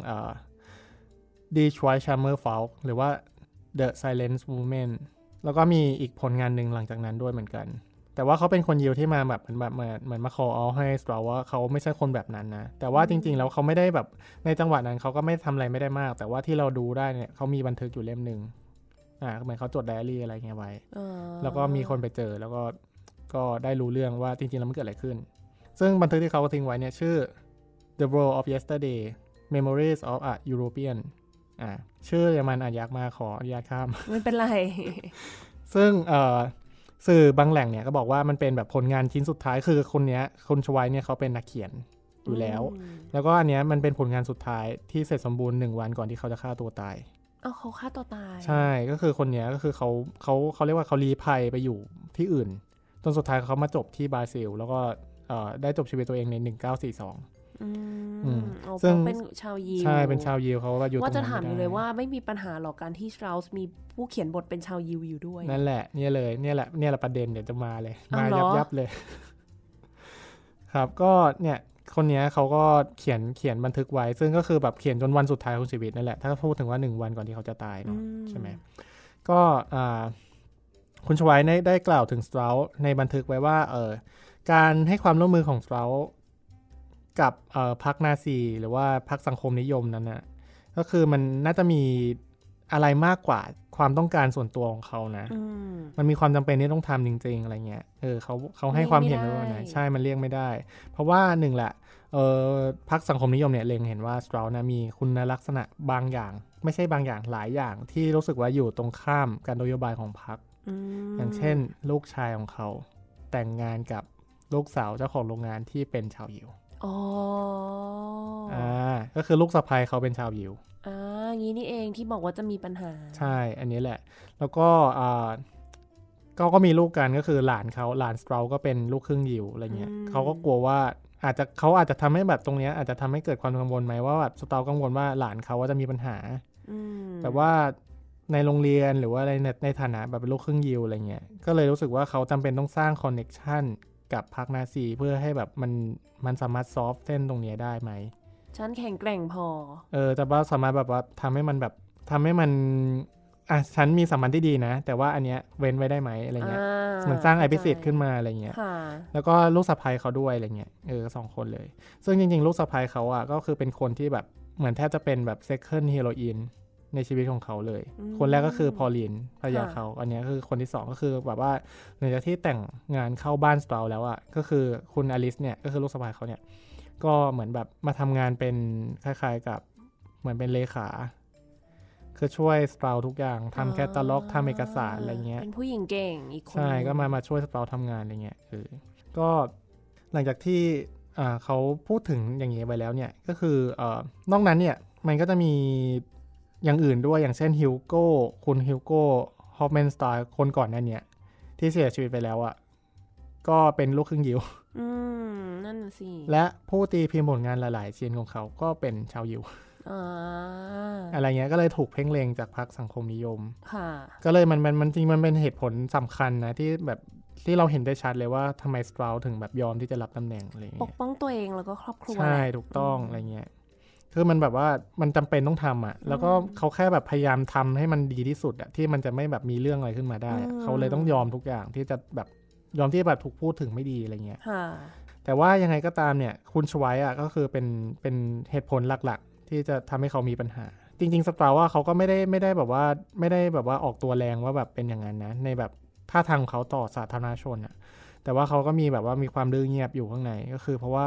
Die Schweigheimer Falk หรือว่า The Silent Woman แล้วก็มีอีกผลงานหนึ่งหลังจากนั้นด้วยเหมือนกันแต่ว่าเขาเป็นคนยิวที่มาแบบเหมือนมา call out ให้สตราลว่าเขาไม่ใช่คนแบบนั้นนะแต่ว่าจริงๆแล้วเขาไม่ได้แบบในจังหวะนั้นเขาก็ไม่ทำอะไรไม่ได้มากแต่ว่าที่เราดูได้เนี่ยเขามีบันทึกอยู่เล่มนึงเหมือนเขาจดไดอารี่อะไรเงี้ยไว้แล้วก็มีคนไปเจอแล้วก็ได้รู้เรื่องว่าจริงๆแล้วมันเกิดอะไรขึ้นซึ่งบันทึกที่เขาทิ้งไว้เนี่ยชื่อ The World of Yesterday Memories of a European ชื่อเยอรมันอ่านยากมากขออนุญาตข้ามไม่เป็นไรซึ่งสื่อบางแหล่งเนี่ยก็บอกว่ามันเป็นแบบผลงานชิ้นสุดท้ายคือคนชไวเนี่ยเขาเป็นนักเขียนอยู่แล้วก็อันเนี้ยมันเป็นผลงานสุดท้ายที่เสร็จสมบูรณ์1วันก่อนที่เขาจะฆ่าตัวตายเขาฆ่าตัวตายใช่ก็คือคนเนี้ยก็คือเขาเรียกว่าเขาลี้ภัยไปอยู่ที่อื่นจนสุดท้ายเขามาจบที่บราซิลแล้วก็ได้จบชีวิตตัวเองใน1942 ซึ่งเป็นชาวยิวใช่เป็นชาวยิวเขาว่าอยู่ตรงนั้นว่าจะถามอยู่เลยว่าไม่มีปัญหาหรอกการที่สตราสมีผู้เขียนบทเป็นชาวยิวอยู่ด้วยนั่นแหละเนี่ยแหละประเด็นเดี๋ยวจะมาเลยมายับเลย ครับก็เนี่ยคนนี้เขาก็เขียนบันทึกไว้ซึ่งก็คือแบบเขียนจนวันสุดท้ายของชีวิตนั่นแหละถ้าพูดถึงว่า1วันก่อนที่เขาจะตายเนาะใช่ไหมก็คุณชไวท์ได้กล่าวถึงสตราลในบันทึกไว้ว่าการให้ความร่วมมือของสตราลกับพรรคนาซีหรือว่าพรรคสังคมนิยมนั้นนะก็คือมันน่าจะมีอะไรมากกว่าความต้องการส่วนตัวของเขานะมันมีความจำเป็นที่ต้องทำจริงๆอะไรเงี้ยเขาให้ความเห็นว่านะใช่มันเลี่ยงไม่ได้เพราะว่าหนึ่งแหละพรรคสังคมนิยมเนี่ยเล็งเห็นว่าสตราลนะมีคุณลักษณะบางอย่างไม่ใช่บางอย่างหลายอย่างที่รู้สึกว่าอยู่ตรงข้ามกันนโยบายของพรรคอย่างเช่นลูกชายของเขาแต่งงานกับลูกสาวเจ้าของโรงงานที่เป็นชาวยิวก็คือลูกสะใภ้เขาเป็นชาวยิวงี้นี่เองที่บอกว่าจะมีปัญหาใช่อันนี้แหละแล้วก็ก็มีลูกกันก็คือหลานสตราวก็เป็นลูกครึ่งยิวอะไรเงี้ยเขาก็กลัวว่าเขาอาจจะทำให้แบบตรงนี้อาจจะทำให้เกิดความกังวลไหมว่าแบบสตราวกังวลว่าหลานเขาว่าจะมีปัญหาแบบว่าในโรงเรียนหรือว่าอะไรในฐานะแบบเป็นลูกครึ่งยิวอะไรเงี้ยก็เลยรู้สึกว่าเขาจำเป็นต้องสร้างคอนเนคชั่นกับพรรคนาซีเพื่อให้แบบมันสามารถซอฟเส้นตรงนี้ได้ไหมฉันแข็งแกร่งพอแต่ว่าสามารถแบบว่าทำให้มันฉันมีสัมพันธ์ที่ดีนะแต่ว่าอันเนี้ยเว้นไว้ได้ไหมอะไรเงี้ยเหมือนสร้างไอพิสิทธิ์ขึ้นมาอะไรเงี้ยแล้วก็ลูกสะใภ้เขาด้วยอะไรเงี้ย2 คนเลยซึ่งจริงๆลูกสะใภ้เขาก็คือเป็นคนที่แบบเหมือนแทบจะเป็นแบบเซคันด์ฮีโรอีนในชีวิตของเขาเลยคนแรกก็คือพอลีนภรรยาเขาอันนี้คือคนที่2ก็คือแบบว่าหลังจากที่แต่งงานเข้าบ้านสตราวแล้วก็คือคุณอลิสเนี่ยก็คือลูกสะใภ้เขาเนี่ยก็เหมือนแบบมาทำงานเป็นคล้ายๆกับเหมือนเป็นเลขาคือช่วยสตราวทุกอย่างทำแคตตาล็อกทำเอกสารอะไรเงี้ยเป็นผู้หญิงเก่งอีกคนใช่ก็มาช่วยสตราวทำงานอะไรเงี้ยก็หลังจากที่เขาพูดถึงอย่างนี้ไปแล้วเนี่ยก็คือนอกนั้นเนี่ยมันก็จะมีอย่างอื่นด้วยอย่างเช่นคุณฮิวโก้ฮอฟแมนสไตล์คนก่อนนั้นเนี่ยที่เสียชีวิตไปแล้วก็เป็นลูกครึ่งยิวนั่นน่ะสิและผู้ตีพิมพ์ผลงานหลายๆชิ้นของเขาก็เป็นชาวยิวอะไรเงี้ยก็เลยถูกเพ่งเล็งจากพรรคสังคมนิยมก็เลยมันจริงมันเป็นเหตุผลสำคัญนะที่แบบที่เราเห็นได้ชัดเลยว่าทำไมสตราวถึงแบบยอมที่จะรับตำแหน่งอะไรเงี้ยปกป้องตัวเองแล้วก็ครอบครัวใช่ถูกต้องอะไรเงี้ยคือมันแบบว่ามันจำเป็นต้องทำแล้วก็เขาแค่แบบพยายามทำให้มันดีที่สุดที่มันจะไม่แบบมีเรื่องอะไรขึ้นมาได้เขาเลยต้องยอมทุกอย่างที่จะแบบยอมที่แบบถูกพูดถึงไม่ดีอะไรเงี้ยแต่ว่ายังไงก็ตามเนี่ยคุณชไวท์ก็คือเป็นเหตุผลหลักๆที่จะทำให้เขามีปัญหาจริงๆสตราวเขาก็ไม่ได้แบบว่าออกตัวแรงว่าแบบเป็นอย่างนั้นนะในแบบท่าทางเขาต่อสาธารณชนแต่ว่าเขาก็มีแบบว่ามีความดื้อเงียบอยู่ข้างในก็คือเพราะว่า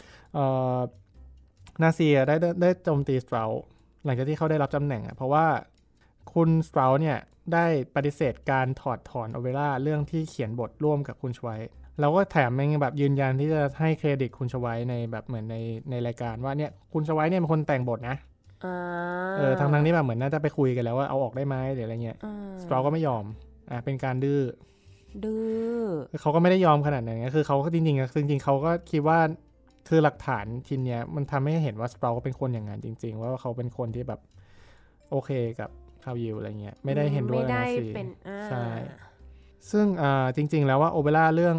นาซีได้โจมตีสตราวหลังจากที่เขาได้รับตำแหน่งเพราะว่าคุณสตราวเนี่ยได้ปฏิเสธการถอดถอนโอเวร่าเรื่องที่เขียนบทร่วมกับคุณชไวท์แล้วก็แถมยังแบบยืนยันที่จะให้เครดิตคุณชไวท์ในแบบเหมือนในรายการว่าเนี่ยคุณชไวท์เนี่ยเป็นคนแต่งบทนะทั้งนี้แบบเหมือนน่าจะไปคุยกันแล้วว่าเอาออกได้ไหมหรืออะไรเงี้ยสตราวก็ไม่ยอมเป็นการดื้อเขาก็ไม่ได้ยอมขนาดนั้นคือเขาก็จริงเขาก็คิดว่าคือหลักฐานชิ้นเนี้ยมันทำให้เห็นว่าสตราวก็เป็นคนอย่างนั้นจริงๆว่าเขาเป็นคนที่แบบโอเคกับชาวยิวอะไรเงี้ยไม่ได้เห็นด้วยนะสิใช่ซึ่งจริงๆแล้วว่าโอเปร่าเรื่อง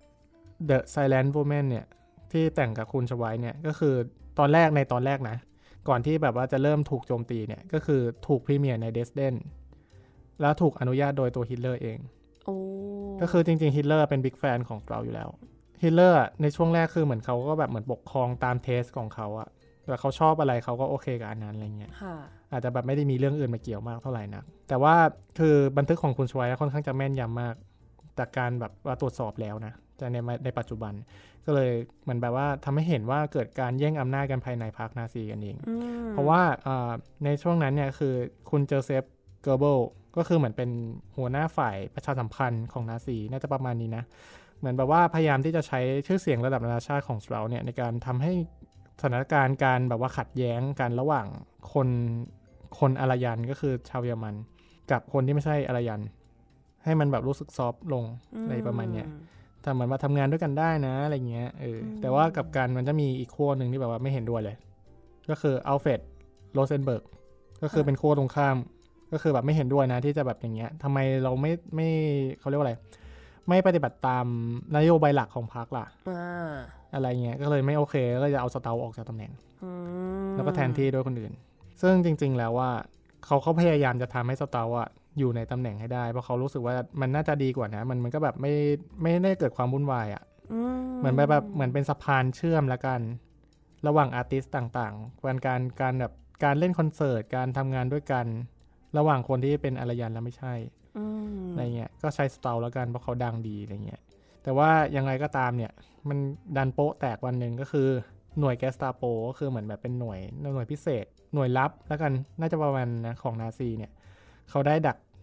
The Silent Woman เนี่ยที่แต่งกับคุณชไวท์เนี่ยก็คือตอนแรกนะก่อนที่แบบว่าจะเริ่มถูกโจมตีเนี่ยก็คือถูกพรีเมียร์ใน Dresden แล้วถูกอนุญาตโดยตัวฮิตเลอร์เองก็คือจริงๆฮิตเลอร์เป็นบิ๊กแฟนของเราอยู่แล้วฮิตเลอร์ในช่วงแรกคือเหมือนเขาก็แบบเหมือนปกครองตามเทสของเขาแต่เขาชอบอะไรเขาก็โอเคกับอันนั้นอะไรเงี้ยอาจจะแบบไม่ได้มีเรื่องอื่นมาเกี่ยวมากเท่าไหร่นักแต่ว่าคือบันทึกของคุณชไวท์ค่อนข้างจะแม่นยำมากจากการแบบว่าตรวจสอบแล้วนะแต่ในปัจจุบันก็เลยเหมือนแบบว่าทำให้เห็นว่าเกิดการแย่งอำนาจกันภายในพรรคนาซีกันเองเพราะว่าในช่วงนั้นเนี่ยคือคุณเจอเซฟเกอร์เบิลก็คือเหมือนเป็นหัวหน้าฝ่ายประชาสัมพันธ์ของนาซีน่าจะประมาณนี้นะเหมือนแบบว่าพยายามที่จะใช้ชื่อเสียงระดับนานาชาติของเราเนี่ยในการทำให้สถานการณ์การแบบว่าขัดแย้งกันระหว่างคนอารยันก็คือชาวเยอรมันกับคนที่ไม่ใช่อารยันให้มันแบบรู้สึกซอฟลงในประมาณเนี้ยแต่เหมือนมาทำงานด้วยกันได้นะอะไรเงี้ยแต่ว่ากับการมันจะมีอีกขั้วหนึ่งที่แบบว่าไม่เห็นด้วยเลยก็คืออัลเฟรดโรเซนเบิร์กก็คือเป็นขั้วตรงข้ามก็คือแบบไม่เห็นด้วยนะที่จะแบบอย่างเงี้ยทำไมเราไม่เขาเรียกว่าอะไรไม่ปฏิบัติตามนโยบายหลักของพรรคล่ะอะไรเงี้ยก็เลยไม่โอเคก็จะเอาสตาร์ออกจากตำแหน่งแล้วก็แทนที่ด้วยคนอื่นซึ่งจริงๆแล้วว่าเขาพยายามจะทำให้สตาร์อยู่ในตำแหน่งให้ได้เพราะเขารู้สึกว่ามันน่าจะดีกว่านะมันก็แบบไม่ได้เกิดความวุ่นวายเหมือนแบบเหมือนเป็นสะพานเชื่อมละกันระหว่างอาร์ติสต์ต่างๆการแบบการเล่นคอนเสิร์ตการทำงานด้วยกันระหว่างคนที่เป็นอารยันและไม่ใช่อะไรเงี้ยก็ใช้สตาร์แล้วกันเพราะเขาดังดีอะไรเงี้ยแต่ว่ายังไงก็ตามเนี่ยมันดันโป๊ะแตกวันหนึ่งก็คือหน่วยแกสตาโปก็คือเหมือนแบบเป็นหน่วยพิเศษหน่วยลับแล้วกันน่าจะประมาณนะของนาซีเนี่ยเขาได้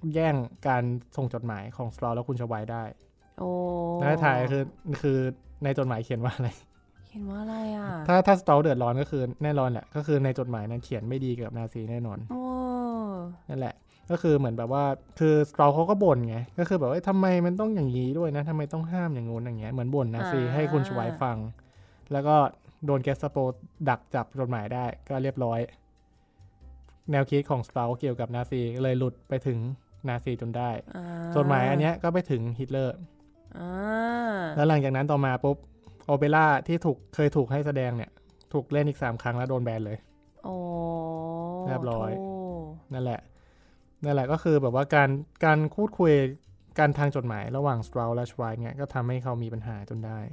แย่งการส่งจดหมายของสตราวและคุณชไวได้โอ้แล้วถ่ายคือในจดหมายเขียนว่าอะไรเขียนว่าอะไรอ่ะถ้าสตราวเดือดร้อนก็คือแน่นอนแหละก็คือในจดหมายนั้นเขียนไม่ดีกับนาซีแน่นอนนั่นแหละก็คือเหมือนแบบว่าคือสตราวเขาก็บ่นไงก็คือแบบว่าทำไมมันต้องอย่างนี้ด้วยนะทำไมต้องห้ามอย่างงู้นอย่างเงี้ยเหมือนบ่นนาซีให้คุณชไวฟังแล้วก็โดนแกสโปดักจับจดหมายได้ก็เรียบร้อยแนวคิดของสตราวเกี่ยวกับนาซีเลยหลุดไปถึงนาซีจนได้จดหมายอันเนี้ยก็ไปถึงฮิตเลอร์แล้วหลังจากนั้นต่อมาปุ๊บโอเปร่าที่เคยถูกให้แสดงเนี่ยถูกเล่นอีก3 ครั้งแล้วโดนแบนเลยเรียบร้อยนั่นแหละก็คือแบบว่าการพูดคุยการทางจดหมายระหว่างสตราวและชไวน์เนี่ยก็ทำให้เขามีปัญหาจนได้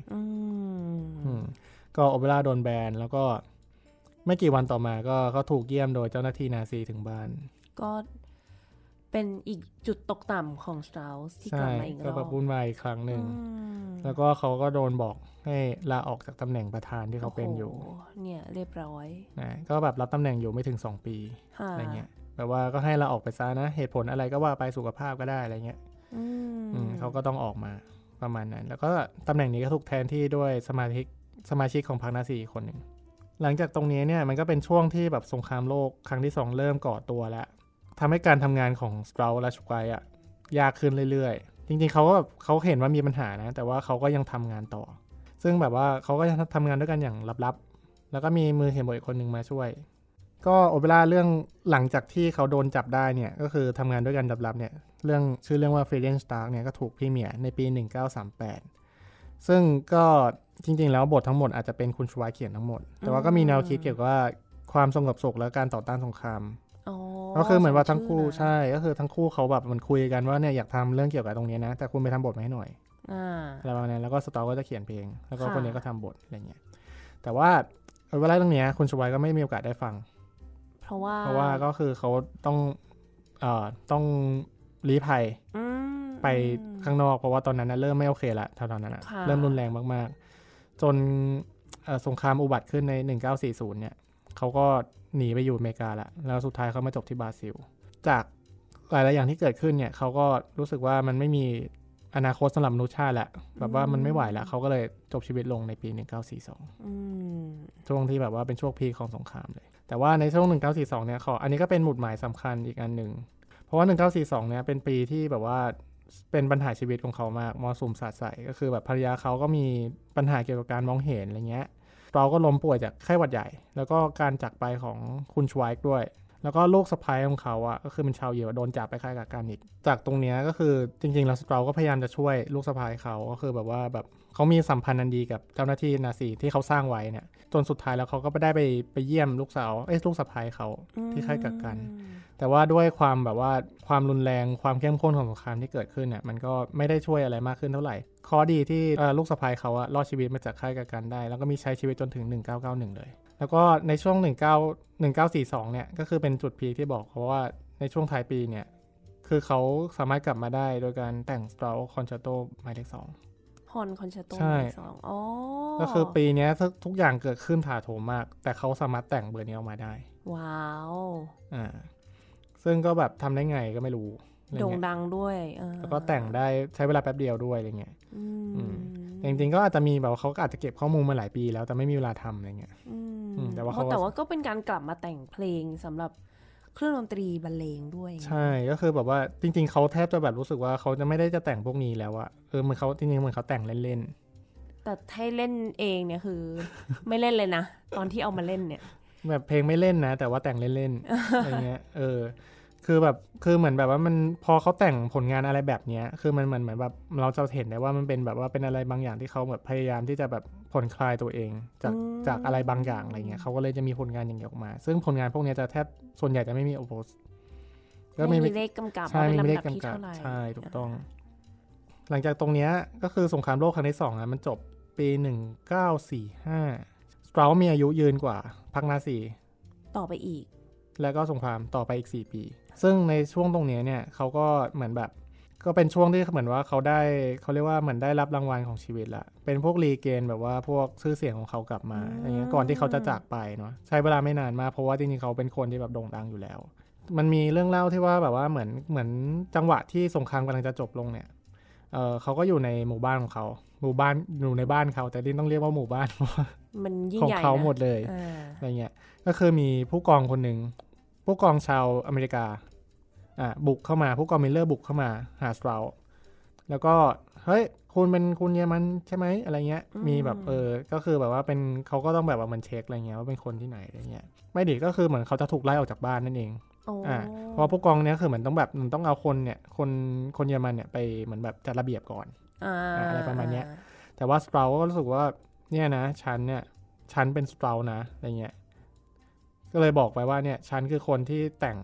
ก็โอเปร่าโดนแบนแล้วก็ไม่กี่วันต่อมาก็ถูกเยี่ยมโดยเจ้าหน้าที่นาซีถึงบ้านก็เป็นอีกจุดตกต่ำของสตราวส์ที่กลับมาอีกรอบก็แบบวุ่นวายอีกครั้งหนึ่งแล้วก็เขาก็โดนบอกให้ลาออกจากตำแหน่งประธานที่เขาเป็นอยู่เนี่ยเรียบร้อยนะก็แบบรับตำแหน่งอยู่ไม่ถึง2 ปีอะไรเงี้ยแบบว่าก็ให้ลาออกไปซะนะเหตุผลอะไรก็ว่าไปสุขภาพก็ได้อะไรเงี้ยเขาก็ต้องออกมาประมาณนั้นแล้วก็ตำแหน่งนี้ก็ถูกแทนที่ด้วยสมาชิกของพรรคนาซีคนหนึ่งหลังจากตรงนี้เนี่ยมันก็เป็นช่วงที่แบบสงครามโลกครั้งที่2เริ่มก่อตัวแล้วทำให้การทำงานของสตราวและชไวน์ยากขึ้นเรื่อยๆจริงๆเขาเห็นว่ามีปัญหานะแต่ว่าเขาก็ยังทำงานต่อซึ่งแบบว่าเขาก็ยังทำงานด้วยกันอย่างลับๆแล้วก็มีมือเห็นบ่อยคนหนึ่งมาช่วยก็โอเปร่าเรื่องหลังจากที่เขาโดนจับได้เนี่ยก็คือทำงานด้วยกันลับๆเนี่ยชื่อเรื่องว่า Frederick Stark เนี่ยก็ถูกพรีเมียร์ในปี1938ซึ่งก็จริงๆแล้วบททั้งหมดอาจจะเป็นคุณชไวน์เขียนทั้งหมดแต่ว่าก็มีแนวคิดเกี่ยวกับว่าความสงบสุขและการต่อต้านสงครามก็คือเหมือนว่าทั้งคู่ใช่ก็คือทั้งคู่เขาแบบมันคุยกันว่าเนี่ยอยากทำเรื่องเกี่ยวกับตรงนี้นะแต่คุณไปทำบทมาให้หน่อยอะไรประมาณนั้นแล้วก็สตอก็จะเขียนเพลงแล้วก็คนนี้ก็ทำบทอะไรเงี้ยแต่ว่าเวลาเรื่องนี้คุณชไวน์ก็ไม่มีโอกาสได้ฟังเพราะว่าก็คือเขาต้องลี้ภัยไปข้างนอกเพราะว่าตอนนั้นเริ่มไม่โอเคละตอนนั้นเริ่มรุนแรงมากๆจนสงครามอุบัติขึ้นใน1940เนี่ยเขาก็หนีไปอยู่อเมริกาละแล้วสุดท้ายเขามาจบที่บราซิลจากหลายๆอย่างที่เกิดขึ้นเนี่ยเขาก็รู้สึกว่ามันไม่มีอนาคตสำหรับมนุษยชาติแล้วแบบว่ามันไม่ไหวแล้วเขาก็เลยจบชีวิตลงในปี1942ช่วงที่แบบว่าเป็นช่วงพีคของสงครามเลยแต่ว่าในช่วง1942เนี่ยอันนี้ก็เป็นหมุดหมายสำคัญอีกอันหนึ่งเพราะว่า1942เนี่ยเป็นปีที่แบบว่าเป็นปัญหาชีวิตของเขามากมรสุมสาดใส่ก็คือแบบภรรยาเขาก็มีปัญหาเกี่ยวกับการมองเห็นอะไรเงี้ยเราก็ล้มป่วยจากไข้หวัดใหญ่แล้วก็การจากไปของคุณชไวน์ด้วยแล้วก็ลูกสะใภ้ของเขาก็คือเป็นชาวเยอรมันโดนจับไปค่ายกักกันอีกจากตรงนี้ก็คือจริงๆแล้วสตราวก็พยายามจะช่วยลูกสะใภ้เขาก็คือแบบว่าแบบเขามีสัมพันธ์อันดีกับเจ้าหน้าที่นาซีที่เขาสร้างไว้เนี่ยจนสุดท้ายแล้วเขาก็ได้ไปเยี่ยมลูกสะใภ้เขาที่ค่ายกักกันแต่ว่าด้วยความแบบว่าความรุนแรงความเข้มข้นของสงครามที่เกิดขึ้นเนี่ยมันก็ไม่ได้ช่วยอะไรมากขึ้นเท่าไหร่ข้อดีที่ลูกสะใภ้เขารอดชีวิตมาจากค่ายกักกันได้แล้วก็มีใช้ชีวิตจนถึง1991เลยแล้วก็ในช่วง1942เนี่ยก็คือเป็นจุดพีคที่บอกเพราะว่าในช่วงท้ายปีเนี่ยคือเขาสามารถกลับมาได้โดยการแต่ง Strauss Concerto หมายเลข 2 ฮอนคอนแชร์โตหมายเลข 2อ๋อก็คือปีนี้ทุกอย่างเกิดขึ้นถาโถมมากแต่เขาสามารถแต่งเบอร์นี้ออกมาได้ว้าวซึ่งก็แบบทำได้ไงก็ไม่รู้โด่งดังด้วยแล้วก็แต่งได้ใช้เวลาแป๊บเดียวด้วยอะไรเงี้ยจริงๆก็อาจจะมีแบบเขาก็อาจจะเก็บข้อมูลมาหลายปีแล้วแต่ไม่มีเวลาทำอะไรเงี้ยแต่ว่าก็เป็นการกลับมาแต่งเพลงสำหรับเครื่องดนตรีบรรเลงด้วยใช่ก็คือแบบว่าจริงๆเขาแทบจะแบบรู้สึกว่าเขาจะไม่ได้จะแต่งพวกนี้แล้วเหมือนเขาจริงๆเหมือนเขาแต่งเล่นๆแต่ให้เล่นเองเนี่ยคือ ไม่เล่นเลยนะตอนที่เอามาเล่นเนี่ยแบบเพลงไม่เล่นนะแต่ว่าแต่งเล่นๆอะไรเงี้ยคือเหมือนแบบว่ามันพอเขาแต่งผลงานอะไรแบบนี้คือมันเหมือนแบบเราจะเห็นได้ว่ามันเป็นแบบว่าเป็นอะไรบางอย่างที่เขาแบบพยายามที่จะแบบผ่อนคลายตัวเองจากอะไรบางอย่างอะไรเงี้ยเขาก็เลยจะมีผลงานอย่างเงี้ยออกมาซึ่งผลงานพวกนี้จะแทบส่วนใหญ่จะไม่มีโอโพสก็ไม่มีเลขกำกับใช่ไม่มีเลขกำกับใช่ถูกต้องหลังจากตรงนี้ก็คือสงครามโลกครั้งที่2มันจบปี1945สตราวมีอายุยืนกว่าพรรคนาซีต่อไปอีกแล้วก็สงครามต่อไปอีก4 ปีซึ่งในช่วงตรงนี้เนี่ยเขาก็เหมือนแบบก็เป็นช่วงที่เหมือนว่าเขาเรียกว่าเหมือนได้รับรางวัลของชีวิตละเป็นพวกรีเกนแบบว่าพวกชื่อเสียงของเขากลับมาอย่างเงี้ยก่อนที่เขาจะจากไปเนาะใช้เวลาไม่นานมากเพราะว่าจริงๆเขาเป็นคนที่แบบโด่งดังอยู่แล้วมันมีเรื่องเล่าที่ว่าแบบว่าเหมือนจังหวะที่สงครามกำลังจะจบลงเนี่ยเขาก็อยู่ในหมู่บ้านของเขาหมู่บ้านอยู่ในบ้านเขาแต่ดินต้องเรียกว่าหมู่บ้านเพราะว่ามันยิ่งของใหญ่เขาหมดเลยอะไรเงี้ยก็คือมีผู้กองคนหนึ่งผู้กองชาวอเมริกาบุกเข้ามาผู้กองมิลเลอร์บุกเข้ามาหาสตราว์แล้วก็เฮ้ยคุณเป็นคุณเยอรมันใช่ไหมอะไรเงี้ยมีแบบก็คือแบบว่าเป็นเขาก็ต้องแบบว่ามันเช็คอะไรเงี้ยว่าเป็นคนที่ไหนอะไรเงี้ยไม่ดิก็คือเหมือนเขาจะถูกไล่ออกจากบ้านนั่นเองเพราะผู้กองเนี้ยคือเหมือนต้องแบบมันต้องเอาคนเนี่ยคนเยอรมันเนี่ยไปเหมือนแบบจัดระเบียบก่อนอะไรประมาณเนี้ยแต่ว่าสตราว์ก็รู้สึกว่าเนี่ยนะฉันเป็นสตราว์นะอะไรเงี้ยก็เลยบอกไปว่าเนี่ยฉันคือคนที่แต่ง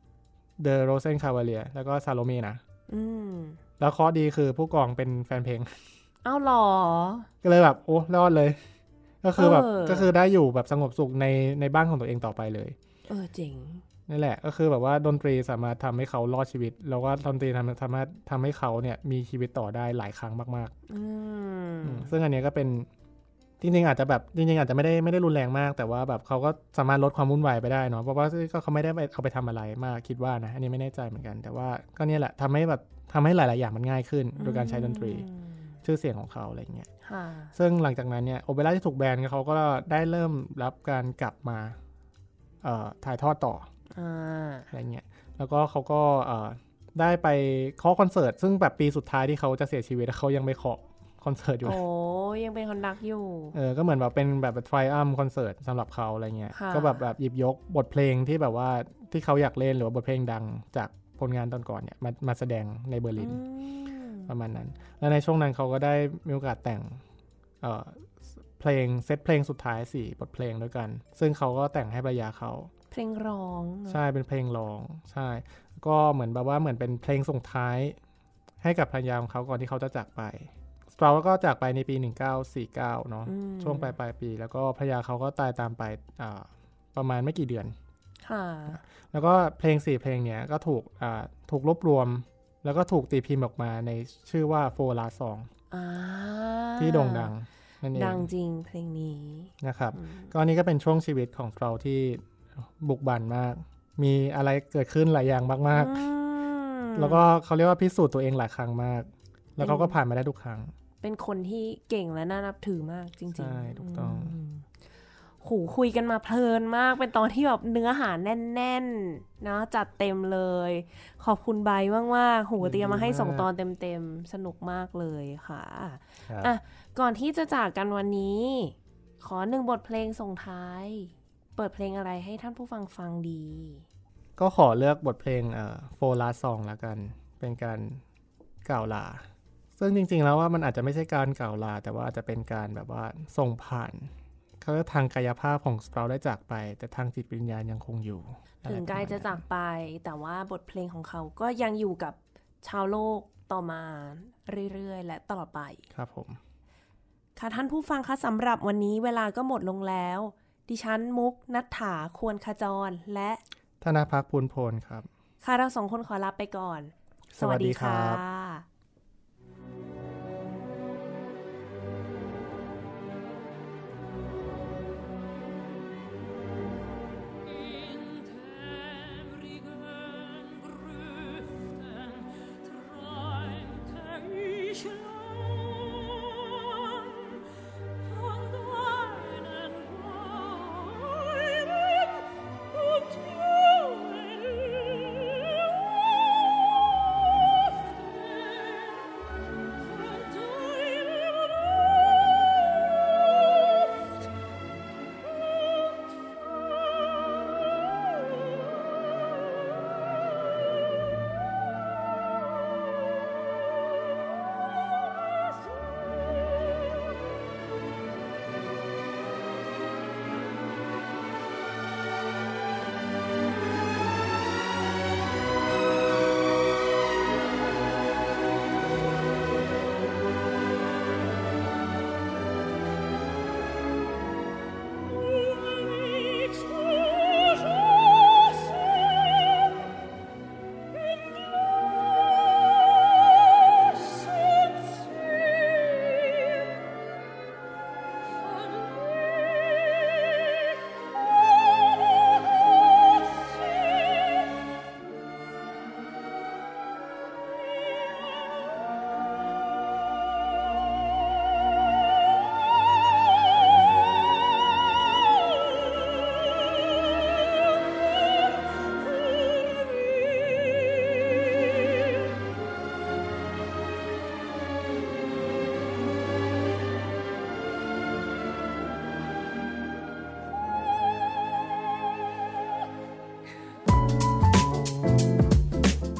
The Rosen Cavalier แล้วก็ Salome นะแล้วข้อดีคือผู้กองเป็นแฟนเพลงอ้าวหรอก็เลยแบบโอ้รอดเลยก็คือแบบก็คือได้อยู่แบบสงบสุขในบ้านของตัวเองต่อไปเลยเจ๋งนี่แหละก็คือแบบว่าดนตรีสามารถทำให้เขารอดชีวิตแล้วก็ดนตรีทำให้เขาเนี่ยมีชีวิตต่อได้หลายครั้งมากๆซึ่งอันนี้ก็เป็นจริงๆอาจจะแบบจริงๆอาจจะไม่ได้รุนแรงมากแต่ว่าแบบเขาก็สามารถลดความวุ่นวายไปได้เนาะเพราะว่าก็เขาไม่ได้เอาไปทำอะไรมากคิดว่านะอันนี้ไม่แน่ใจเหมือนกันแต่ว่าก็เนี่ยแหละทำให้หลายๆอย่างมันง่ายขึ้นโดยการใช้ดนตรีชื่อเสียงของเขาอะไรเงี้ยซึ่งหลังจากนั้นเนี่ยโอเปร่าที่ถูกแบนเขาก็ได้เริ่มรับการกลับมาถ่ายทอดต่ออะไรเงี้ยแล้วก็เขาก็ได้ไปเคาะคอนเสิร์ตซึ่งแบบปีสุดท้ายที่เขาจะเสียชีวิตเขายังไปเคาะคอนเสิร์ตอยู่ยังเป็นคนดักอยู่ก็เหมือนแบบเป็นแบบทริอัมคอนเสิร์ตสำหรับเขาอะไรเงี้ยก็แบบหยิบยกบทเพลงที่แบบว่าที่เขาอยากเล่นหรือว่าบทเพลงดังจากผลงานตอนก่อนเนี่ยมาแสดงในเบอร์ลินประมาณนั้นแล้วในช่วงนั้นเขาก็ได้มีโอกาสแต่งเพลงเซตเพลงสุดท้าย4บทเพลงด้วยกันซึ่งเขาก็แต่งให้ภรรยาเขาเพลงร้องใช่เป็นเพลงร้องใช่ก็เหมือนแบบว่าเหมือนเป็นเพลงส่งท้ายให้กับภรรยาของเขาก่อนที่เขาจะจากไปสตราว์ก็จากไปในปี1949เนาะช่วงปลายปีแล้วก็ภรรยาเขาก็ตายตามไปประมาณไม่กี่เดือนแล้วก็เพลง4เพลงเนี้ยก็ถูกรวบรวมแล้วก็ถูกตีพิมพ์ออกมาในชื่อว่าFour Last Songsที่โด่งดังนั่นเองดังจริงเพลงนี้นะครับก็อันนี้ก็เป็นช่วงชีวิตของเราที่บุกบั่นมากมีอะไรเกิดขึ้นหลายอย่างมากๆแล้วก็เขาเรียกว่าพิสูจน์ตัวเองหลายครั้งมากแล้วเขาก็ผ่านมาได้ทุกครั้งเป็นคนที่เก่งและน่านับถือมากจริงๆใช่ถูกต้องหูคุยกันมาเพลินมากเป็นตอนที่แบบเนื้อหาแน่นๆเนาะจัดเต็มเลยขอบคุณไบร์มากๆหูเตรียมมาให้2ตอนเต็มๆสนุกมากเลยค่ะก่อนที่จะจากกันวันนี้ขอ1บทเพลงส่งท้ายเปิดเพลงอะไรให้ท่านผู้ฟังฟังดีก็ขอเลือกบทเพลงFour Last Songs ละกันเป็นการกล่าวลาซึ่งจริงๆแล้วว่ามันอาจจะไม่ใช่การกล่าวลาแต่ว่าอาจจะเป็นการแบบว่าส่งผ่านเขาทางกายภาพของสตราว์ได้จากไปแต่ทางจิตวิญญาณยังคงอยู่ถึงกายจะจากไปแต่ว่าบทเพลงของเขาก็ยังอยู่กับชาวโลกต่อมาเรื่อยๆและตลอดไปครับผมค่ะท่านผู้ฟังคะสำหรับวันนี้เวลาก็หมดลงแล้วดิฉันมุกณัฐฐาควรขจรและธนภักดิ์พูนโพลครับค่ะเรา2คนขอลาไปก่อนสวัสดีค่ะ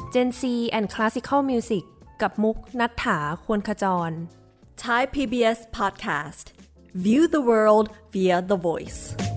Gen Z and Classical Music กับมุกณัฐฐา ควรขจร Thai PBS Podcast View the world via the voice